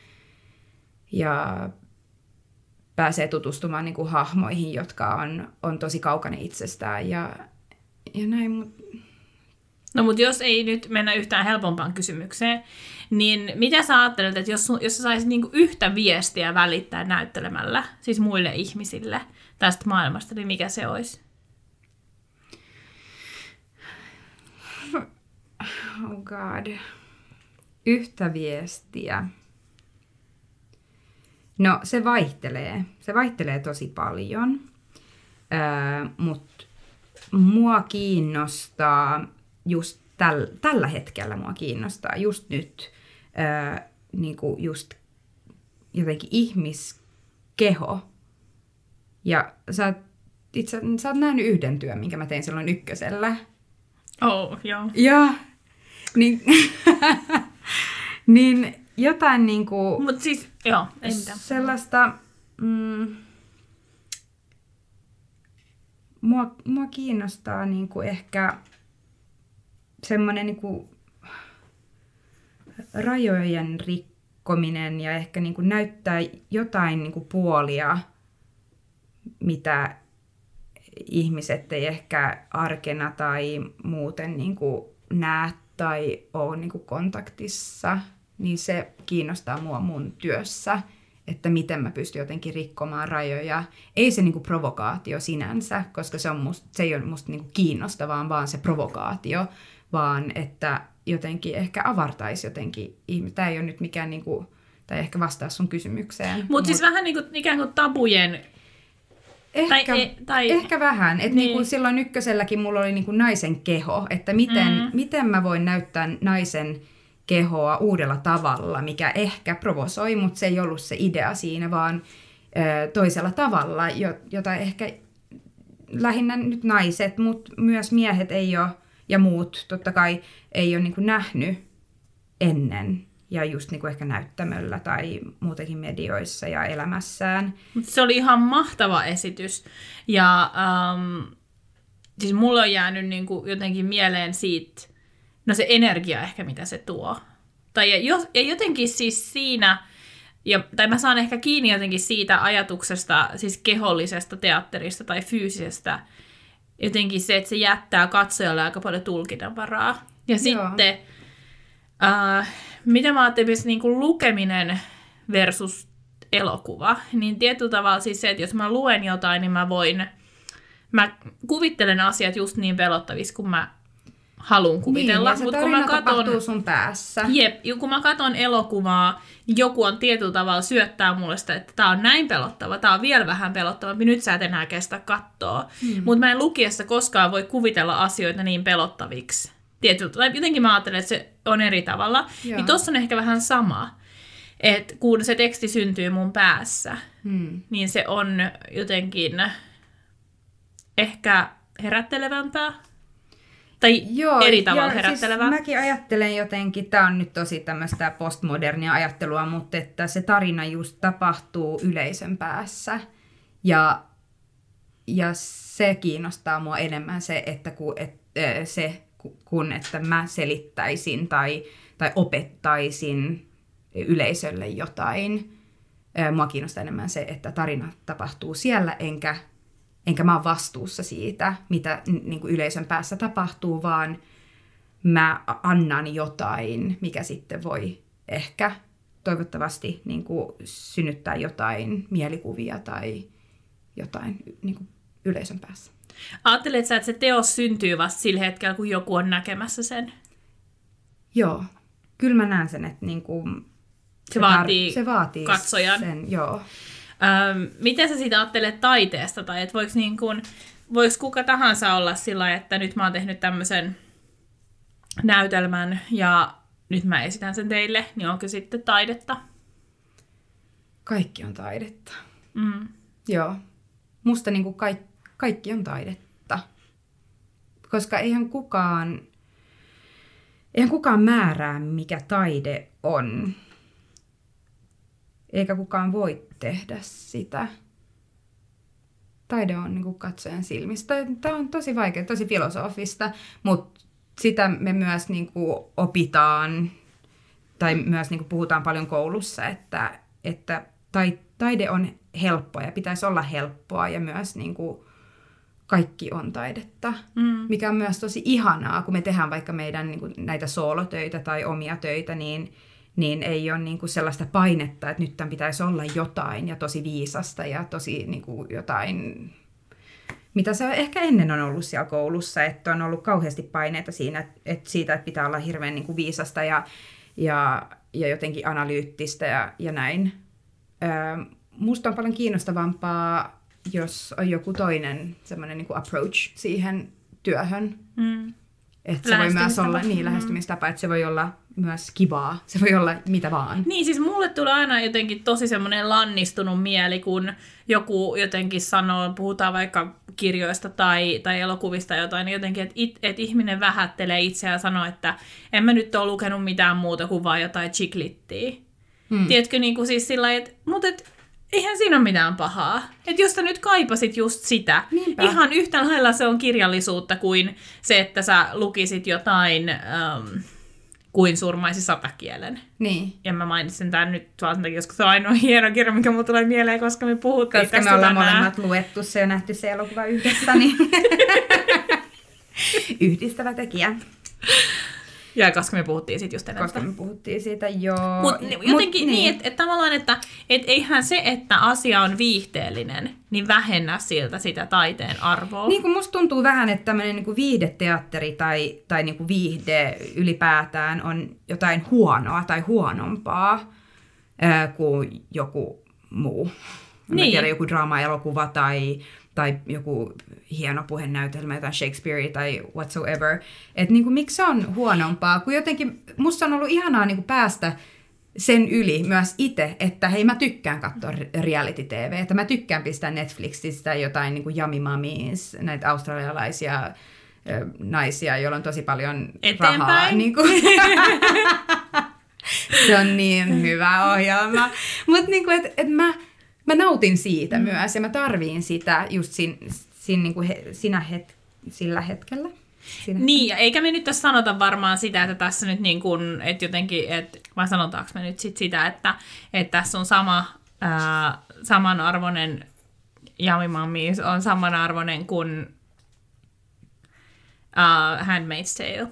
C: ja pääsee tutustumaan niin kuin hahmoihin, jotka on tosi kaukana itsestään ja näin.
B: No mutta jos ei nyt mennä yhtään helpompaan kysymykseen, niin mitä sä ajattelet, että jos sä saisit niinku yhtä viestiä välittää näyttelemällä, siis muille ihmisille tästä maailmasta, niin mikä se olisi?
C: Oh god. Yhtä viestiä. No se vaihtelee. Se vaihtelee tosi paljon. Mutta mua kiinnostaa just tällä hetkellä mua kiinnostaa just nyt niinku just jotenkin ihmiskeho. Ja sä oot nähnyt yhden työn, minkä mä tein silloin ykkösellä.
B: Oh, joo.
C: Ja niin, niin jotain niinku
B: Mut siis, joo, ei mitään.
C: Sellaista mua kiinnostaa niinku ehkä semmoinen niinku rajojen rikkominen ja ehkä niinku näyttää jotain niinku puolia, mitä ihmiset ei ehkä arkena tai muuten niinku näe tai ole niinku kontaktissa, niin se kiinnostaa mua mun työssä, että miten mä pystyn jotenkin rikkomaan rajoja. Ei se niinku provokaatio sinänsä, koska se ei ole musta niinku kiinnostavaa, vaan se provokaatio, vaan että jotenkin ehkä avartaisi jotenkin ihmistä. Tämä ei ole nyt mikään, niinku, tai ehkä vastaa sun kysymykseen.
B: Mutta siis vähän niinku, ikään kuin tabujen...
C: Ehkä vähän. Että niin. Niinku silloin ykköselläkin mulla oli niinku naisen keho, että miten mä voin näyttää naisen kehoa uudella tavalla, mikä ehkä provosoi, mutta se ei ollut se idea siinä, vaan toisella tavalla, jota ehkä lähinnä nyt naiset, mutta myös miehet ei ole, ja muut totta kai ei ole niinku nähnyt ennen. Ja just niinku ehkä näyttämöllä tai muutenkin medioissa ja elämässään.
B: Se oli ihan mahtava esitys. Ja siis mulle on jäänyt niinku jotenkin mieleen siitä, no se energia ehkä, mitä se tuo. Ja jotenkin siis siinä, tai mä saan ehkä kiinni jotenkin siitä ajatuksesta, siis kehollisesta teatterista tai fyysisestä, jotenkin se, että se jättää katsojalle aika paljon tulkinnanvaraa. Ja sitten... mitä mä ajattelin, niin kuin lukeminen versus elokuva, niin tietyllä tavalla siis se, että jos mä luen jotain, niin mä kuvittelen asiat just niin pelottavissa, kun mä haluan kuvitella.
C: Niin, ja se tarina tapahtuu sun päässä.
B: Jep, kun mä katson elokuvaa, niin joku on tietyllä tavalla syöttää mulle sitä, että tää on näin pelottava, tää on vielä vähän pelottava, nyt sä et enää kestä katsoa. Mutta mä en lukiessa koskaan voi kuvitella asioita niin pelottaviksi. Tai jotenkin mä ajattelen, että se on eri tavalla. Niin tossa on ehkä vähän sama. Että kun se teksti syntyy mun päässä, niin se on jotenkin ehkä herättelevämpää. Tai eri tavalla herättelevää.
C: Siis mäkin ajattelen jotenkin, tää on nyt tosi tämmöistä postmodernia ajattelua, mutta että se tarina just tapahtuu yleisön päässä. Ja se kiinnostaa mua enemmän se, että kun että mä selittäisin tai opettaisin yleisölle jotain. Mua kiinnostaa enemmän se, että tarina tapahtuu siellä, enkä mä ole vastuussa siitä, mitä niin kuin yleisön päässä tapahtuu, vaan mä annan jotain, mikä sitten voi ehkä toivottavasti niin kuin synnyttää jotain mielikuvia tai jotain niin kuin yleisön päässä.
B: Ajattelet sä, että se teos syntyy vasta sillä hetkellä, kun joku on näkemässä sen?
C: Joo. kyllä mä näen sen, että niinku,
B: se vaatii katsojan.
C: Sen, joo.
B: Miten sä siitä ajattelet taiteesta? Tai että voiko kuka tahansa olla sillä, että nyt mä oon tehnyt tämmöisen näytelmän ja nyt mä esitän sen teille, niin onko sitten taidetta?
C: Kaikki on taidetta. Joo. Musta niinku kaikki on taidetta. Koska eihän kukaan määrää, mikä taide on. Eikä kukaan voi tehdä sitä. Taide on niinku katsojan silmistä. Tämä on tosi vaikea, tosi filosofista, mutta sitä me myös niinku opitaan, tai myös niinku puhutaan paljon koulussa, että taide on helppoa ja pitäisi olla helppoa ja myös niinku kaikki on taidetta, mikä on myös tosi ihanaa, kun me tehdään vaikka meidän niinku näitä soolotöitä tai omia töitä, niin ei ole niinku sellaista painetta, että nyt tämän pitäisi olla jotain ja tosi viisasta ja tosi niinku jotain, mitä se ehkä ennen on ollut siellä koulussa, että on ollut kauheasti paineita siinä, että siitä, että pitää olla hirveän niinku viisasta ja jotenkin analyyttistä ja näin. Musta on paljon kiinnostavampaa, jos on joku toinen semmoinen niinku approach siihen työhön. Että se voi myös olla lähestymistapa, että se voi olla myös kivaa. Se voi olla mitä vaan.
B: Niin, siis mulle tulee aina jotenkin tosi semmoinen lannistunut mieli, kun joku jotenkin sanoo, puhutaan vaikka kirjoista tai elokuvista jotain, niin jotenkin, että ihminen vähättelee itseään ja sanoo, että en mä nyt ole lukenut mitään muuta kuin vaan jotain chiklittiä. Tiedätkö, niin kuin siis sillä lailla, mutta eihän siinä ole mitään pahaa. Että jos sä nyt kaipasit just sitä,
C: Niinpä.
B: Ihan yhtä lailla se on kirjallisuutta kuin se, että sä lukisit jotain kuin surmaisi satakielen.
C: Niin.
B: Ja mä mainitsin tämän nyt vaan sen takia, koska se on ainoa hieno kirja, mikä mulle tulee mieleen, koska me puhuttiin
C: koska
B: tästä
C: me ollaan
B: tänään.
C: molemmat luettu se ja nähty se elokuva yhdessä, niin yhdistävä tekijä.
B: Ja koska me puhuttiin siitä just ennen.
C: Koska me puhuttiin siitä, joo.
B: Mutta jotenkin niin, että tavallaan, että eihän se, että asia on viihteellinen, niin vähennä siltä sitä taiteen arvoa.
C: Niin kuin musta tuntuu vähän, että tämmöinen niin kuin viihdeteatteri tai niin kuin viihde ylipäätään on jotain huonoa tai huonompaa kuin joku muu. Niin. En tiedä, joku draama-elokuva tai joku hieno puhenäytelmä, jotain Shakespeare tai whatsoever. Että niinku, miksi se on huonompaa? Kun jotenkin musta on ollut ihanaa niinku päästä sen yli myös itse, että hei, mä tykkään katsoa reality-tv, että mä tykkään pistää Netflixistä jotain niinku Yummy Mummies, näitä australialaisia naisia, joilla on tosi paljon rahaa. Niinku. Se on niin hyvä ohjelma. Mutta niinku, mä nautin siitä myös ja mä tarviin sitä just sillä hetkellä.
B: Niin, ja eikä me nyt tässä sanota varmaan sitä, että tässä nyt niin kuin, että jotenkin, vai sanotaanko me nyt sitä, että tässä on samanarvoinen Yummy Mummies on samanarvoinen kuin Handmaid's Tale.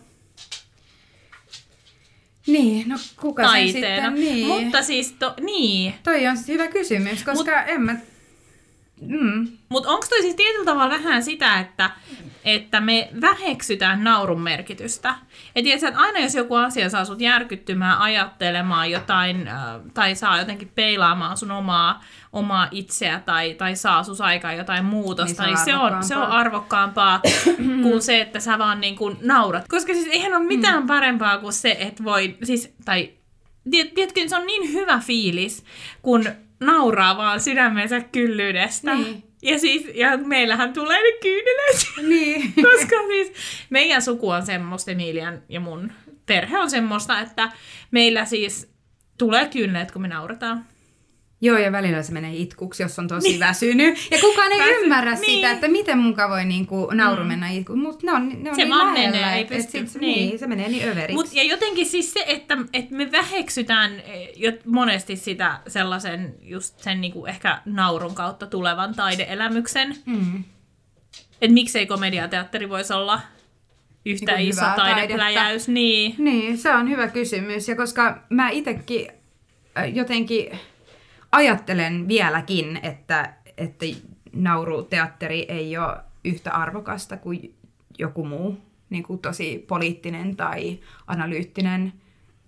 C: Niin, no kuka
B: taiteena.
C: sen sitten? Niin.
B: Mutta siis, niin.
C: Toi on hyvä kysymys, koska en mä...
B: Mutta onko toi siis tietyllä tavalla vähän sitä, että me väheksytään naurun merkitystä? Että aina jos joku asia saa sut järkyttymään, ajattelemaan jotain, tai saa jotenkin peilaamaan sun omaa itseä, tai saa sus aikaan jotain muutosta, niin se on arvokkaampaa kuin se, että sä vaan niin kuin naurat. Koska siis eihän ole mitään parempaa kuin se, että voi, siis, tai tiedätkö, se on niin hyvä fiilis, kun nauraa vaan sydämensä kyllyydestä.
C: Niin.
B: Ja meillähän tulee ne kyynelet.
C: Niin.
B: Koska siis meidän suku on semmoista, Emilian ja mun perhe on semmoista, että meillä siis tulee kyynelet, kun me naurataan.
C: Joo, ja välillä se menee itkuksi, jos on tosi väsynyt. Ja kukaan ei ymmärrä sitä, että miten munkaan voi niinku nauru mennä itkuksi. Mutta ne on
B: se
C: niin
B: vaan
C: lähellä,
B: menee, ei pysty.
C: Niin, se menee niin överiksi.
B: Ja jotenkin siis se, että me väheksytään monesti sitä sellaisen, just sen niinku ehkä naurun kautta tulevan taideelämyksen. Että miksei komediateatteri voisi olla yhtä niin iso taidepläjäys.
C: Niin, se on hyvä kysymys. Ja koska mä itsekin jotenkin ajattelen vieläkin, että nauruteatteri ei ole yhtä arvokasta kuin joku muu, niin kuin tosi poliittinen tai analyyttinen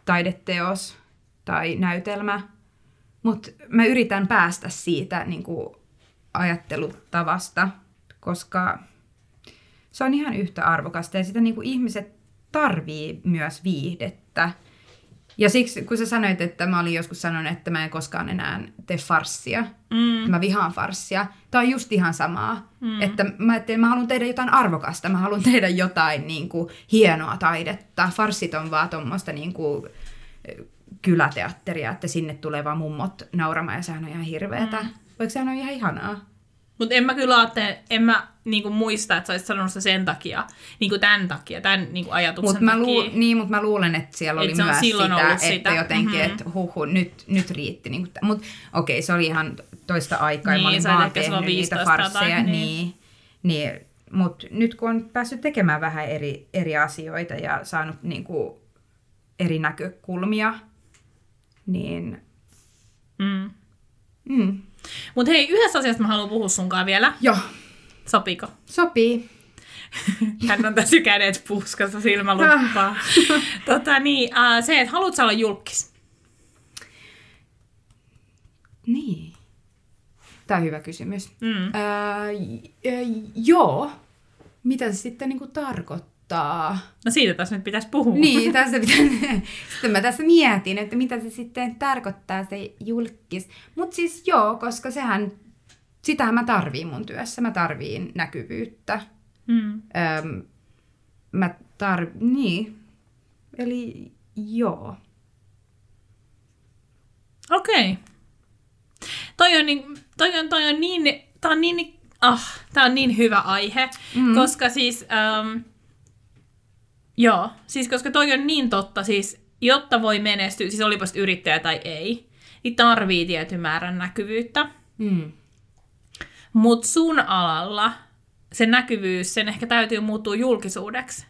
C: taideteos tai näytelmä, mutta mä yritän päästä siitä niin kuin ajattelutavasta, koska se on ihan yhtä arvokasta ja sitä niin kuin ihmiset tarvii myös viihdettä. Ja siksi, kun sä sanoit, että mä olin joskus sanonut, että mä en koskaan enää tee farssia, mä vihaan farssia, tää on just ihan samaa. Että mä haluan tehdä jotain arvokasta, mä haluan tehdä jotain niin kuin hienoa taidetta. Farssit on vaan tommoista niin kuin kyläteatteria, että sinne tulee vaan mummot nauramaan ja sehän on ihan hirveetä. Vaikka sehän on ihan ihanaa.
B: Mutta en mä kyllä ajattele, en mä niinku muista, että sä olisit sanonut sitä sen takia, niinku tämän niinku ajatuksen takia.
C: Mutta mä luulen, että siellä oli myös sitä, että jotenkin, että nyt riitti. Niinku, mutta okei, se oli ihan toista aikaa,
B: niin,
C: mä olin vaan tehnyt niitä farsseja. Niin, mutta nyt kun on päässyt tekemään vähän eri asioita ja saanut niinku eri näkökulmia, niin...
B: Mutta hei, yhdessä asiasta mä haluan puhua sunkaan vielä.
C: Joo.
B: Sopiiko?
C: Sopii.
B: Hän on tässä kädet puskassa, silmä luppaa. Se, että haluatko sä olla julkis?
C: Niin. Tää on hyvä kysymys. Joo. Mitä se sitten niinku tarkoittaa?
B: No siitä tässä nyt pitäisi puhua.
C: Niin, sitten mä tässä mietin, että mitä se sitten tarkoittaa se julkis. Mutta siis joo, koska sitähän mä tarviin mun työssä. Mä tarviin näkyvyyttä. Niin. Eli joo.
B: Okei. Tää on niin hyvä aihe, koska siis... koska toi on niin totta, siis jotta voi menestyä, siis olipa yrittäjä tai ei, niin tarvii tietyn määrän näkyvyyttä. Mutta sun alalla se näkyvyys, sen ehkä täytyy muuttua julkisuudeksi,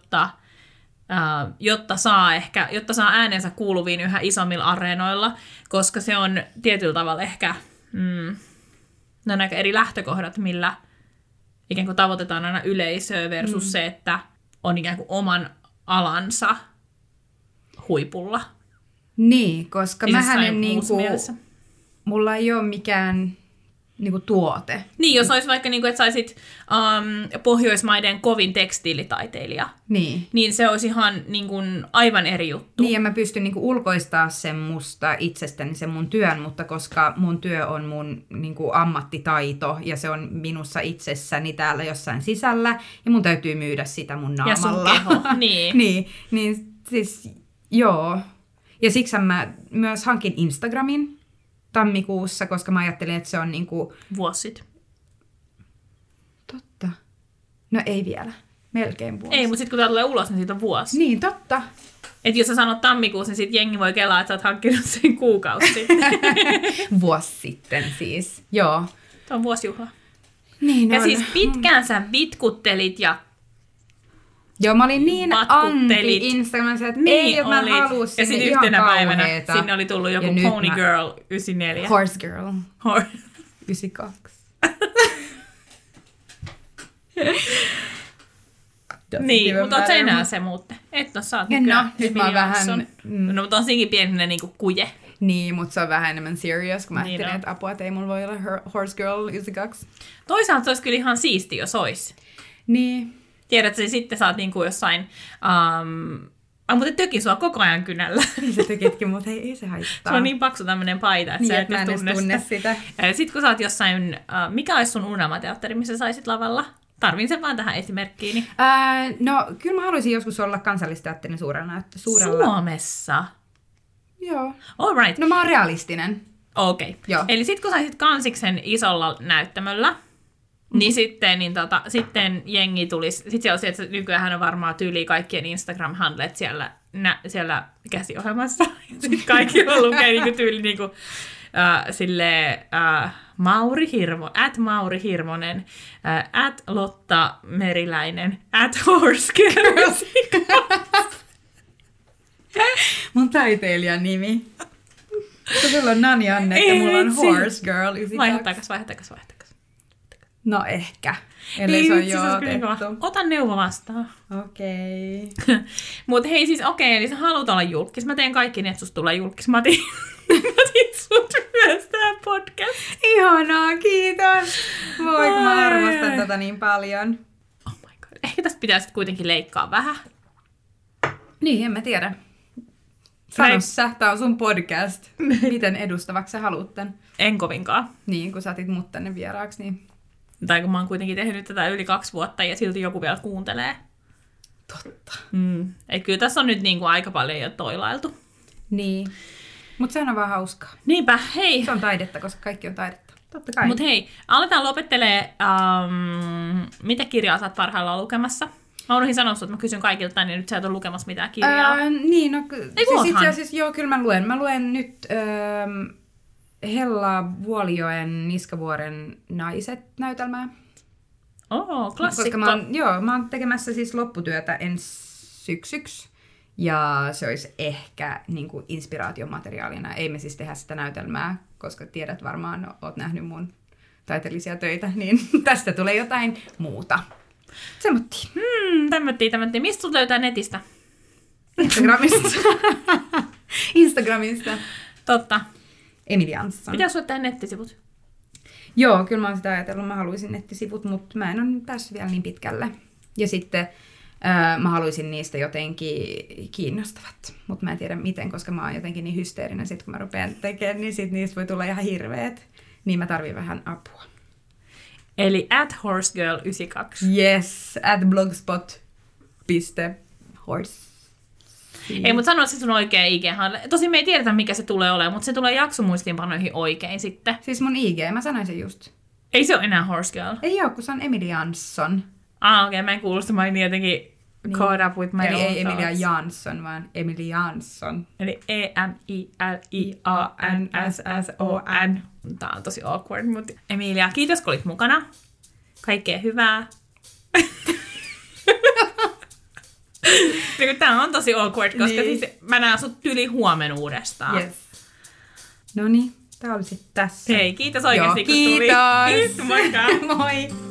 B: jotta saa äänensä kuuluviin yhä isommilla areenoilla, koska se on tietyllä tavalla ehkä, ne on aika eri lähtökohdat, millä ikään kuin tavoitetaan aina yleisöä versus se, että on ikään kuin oman alansa huipulla.
C: Niin, koska mähän en mulla ei ole mikään niinku tuote.
B: Niin, jos olisi vaikka, niinku, että saisit Pohjoismaiden kovin tekstiilitaiteilija, niin se olisi ihan niinku, aivan eri juttu.
C: Niin, ja mä pystyn niinku ulkoistaa sen musta itsestäni, sen mun työn, mutta koska mun työ on mun niinku, ammattitaito, ja se on minussa itsessäni täällä jossain sisällä, ja mun täytyy myydä sitä mun naamalla.
B: Ja sun keho, niin.
C: niin siis joo. Ja siksi mä myös hankin Instagramin tammikuussa, koska mä ajattelin, että se on niinku...
B: Vuosi sitten.
C: Totta. No ei vielä. Melkein vuosi.
B: Ei, mutta sitten kun tää tulee ulos, niin siitä on vuosi.
C: Niin, totta.
B: Että jos sä sanot tammikuussa, niin sit jengi voi kelaa, että sä oot hankkinut sen kuukausi sitten.
C: Vuosi sitten siis, joo.
B: Tuo on vuosijuhla.
C: Niin
B: ja
C: on.
B: siis pitkään sä vitkuttelit ja
C: joo, mä olin niin anti-Instagramissa, että
B: niin
C: ei, että mä en halua sinne. Ja sitten
B: yhtenä päivänä sinne oli tullut joku Pony Girl 94.
C: Horse Girl 92.
B: Niin, mutta oot sä enää se muutte? Et no, sä oot
C: nykyään. Nyt mä oon vähän...
B: No, mutta on siinkin pienenä niinku kuje.
C: Niin, mutta se on vähän enemmän serious, kun mä ajattelin, että apua, että ei mulla voi olla Horse Girl 92.
B: Toisaalta se olisi kyllä ihan siisti, jos ois.
C: Niin.
B: Tiedätkö, sitten sä oot niinku jossain... mutta tökin sua koko ajan kynällä.
C: Niin sä tökitkin, mutta ei se haittaa.
B: Se on niin paksu tämmönen paita, että
C: niin,
B: sä et nyt
C: tunne sitä.
B: Sitten kun sä oot jossain... mikä olisi sun unelmateatteri, missä saisit lavalla? Tarvin sen vaan tähän esimerkkiin.
C: No, kyllä mä haluaisin joskus olla Kansallisteatterin suurella.
B: Suomessa?
C: Joo.
B: All right.
C: No mä oon realistinen.
B: Okei. Okay. Eli sit kun saisit Kansiksen isolla näyttämöllä, niin sitten jengi tulisi, sitten siellä olisi, että nykyään on varmaan tyyli kaikkien Instagram-handlet siellä käsiohjelmassa. Sitten kaikki on lukee niinku tyyli niinku, Mauri Hirvonen, Lotta Meriläinen, @Horse-Girl.
C: Mun taiteilijan nimi. Sulla on Nani Anne ja mulla on Horse Girl 92.
B: Vaihda takas.
C: No ehkä. Eli se on jo otettu.
B: Ota neuvo vastaan.
C: Okei.
B: Mut hei siis eli sä haluat olla julkis. Mä teen kaikki niin, että susta tulee julkis. Mä otin sut myös tähän podcast.
C: Ihanaa, kiitos. Voi, kun mä arvostan tätä niin paljon.
B: Oh my god. Ehkä tästä pitäisi kuitenkin leikkaa vähän.
C: Niin, en mä tiedä. Sano sä, tää on sun podcast. Miten edustavaksi sä haluut tän?
B: En kovinkaan.
C: Niin, kun sä otit mut tänne vieraaksi, niin...
B: Tai kun mä oon kuitenkin tehnyt tätä yli 2 vuotta ja silti joku vielä kuuntelee.
C: Totta.
B: Ei, kyllä tässä on nyt niinku aika paljon jo toilailtu.
C: Niin. Mut sehän on vaan hauskaa.
B: Niinpä, hei.
C: Se on taidetta, koska kaikki on taidetta. Totta kai.
B: Mut hei, aletaan lopettelee. Mitä kirjaa sä oot parhaillaan lukemassa? Mä unohdin sanoa sut, että mä kysyn kaikilta, niin nyt sä et ole lukemassa mitään kirjaa.
C: Niin, no siis itse asiassa joo, kyllä mä luen. Mä luen nyt Hella Vuolijoen Niskavuoren naiset -näytelmää.
B: Klassikko.
C: Koska mä oon tekemässä siis lopputyötä ensi syksyksi. Ja se olisi ehkä niin kuin inspiraatiomateriaalina. Ei me siis tehdä sitä näytelmää, koska tiedät varmaan, oot nähnyt mun taiteellisia töitä, niin tästä tulee jotain muuta.
B: Tämmöttiin. Mistä sut löytää netistä?
C: Instagramista.
B: Totta.
C: Emily Jansson.
B: Pitäis sulle tehdä nettisivut?
C: Joo, kyllä mä oon sitä ajatellut. Mä haluaisin nettisivut, mutta mä en ole päässyt vielä niin pitkälle. Ja sitten mä haluaisin niistä jotenkin kiinnostavat. Mutta mä en tiedä miten, koska mä oon jotenkin niin hysteerinen. Sitten kun mä rupean tekemään, niin sit niistä voi tulla ihan hirveet. Niin mä tarvin vähän apua.
B: Eli @horsegirl92.
C: Yes, @blogspot.horse.
B: Ei, mutta sano, että se sun oikea IG-handle. Tosin me ei tiedetä, mikä se tulee olemaan, mutta se tulee jaksomuistiinpanoihin oikein sitten.
C: Siis mun IG, mä sanoin sen just.
B: Ei se ole enää Horsegirl.
C: Ei oo, kun se on Emily Jansson.
B: Okei, mä en kuullut sitä, mä olin jotenkin caught up with my
C: Eli
B: own
C: ei Emilia
B: thoughts.
C: Jansson, vaan Emily Jansson.
B: Eli EMILIANSSON. Tää on tosi awkward, mutta Emilia, kiitos kun olit mukana. Kaikkea hyvää. Tää on tosi awkward, koska
C: niin.
B: siis mä näen sut yli huomenna uudestaan.
C: Yes. Noniin, tää oli sit tässä.
B: Hei, kiitos oikeasti kun tuli.
C: Kiitos.
B: Moikka.
C: Moi.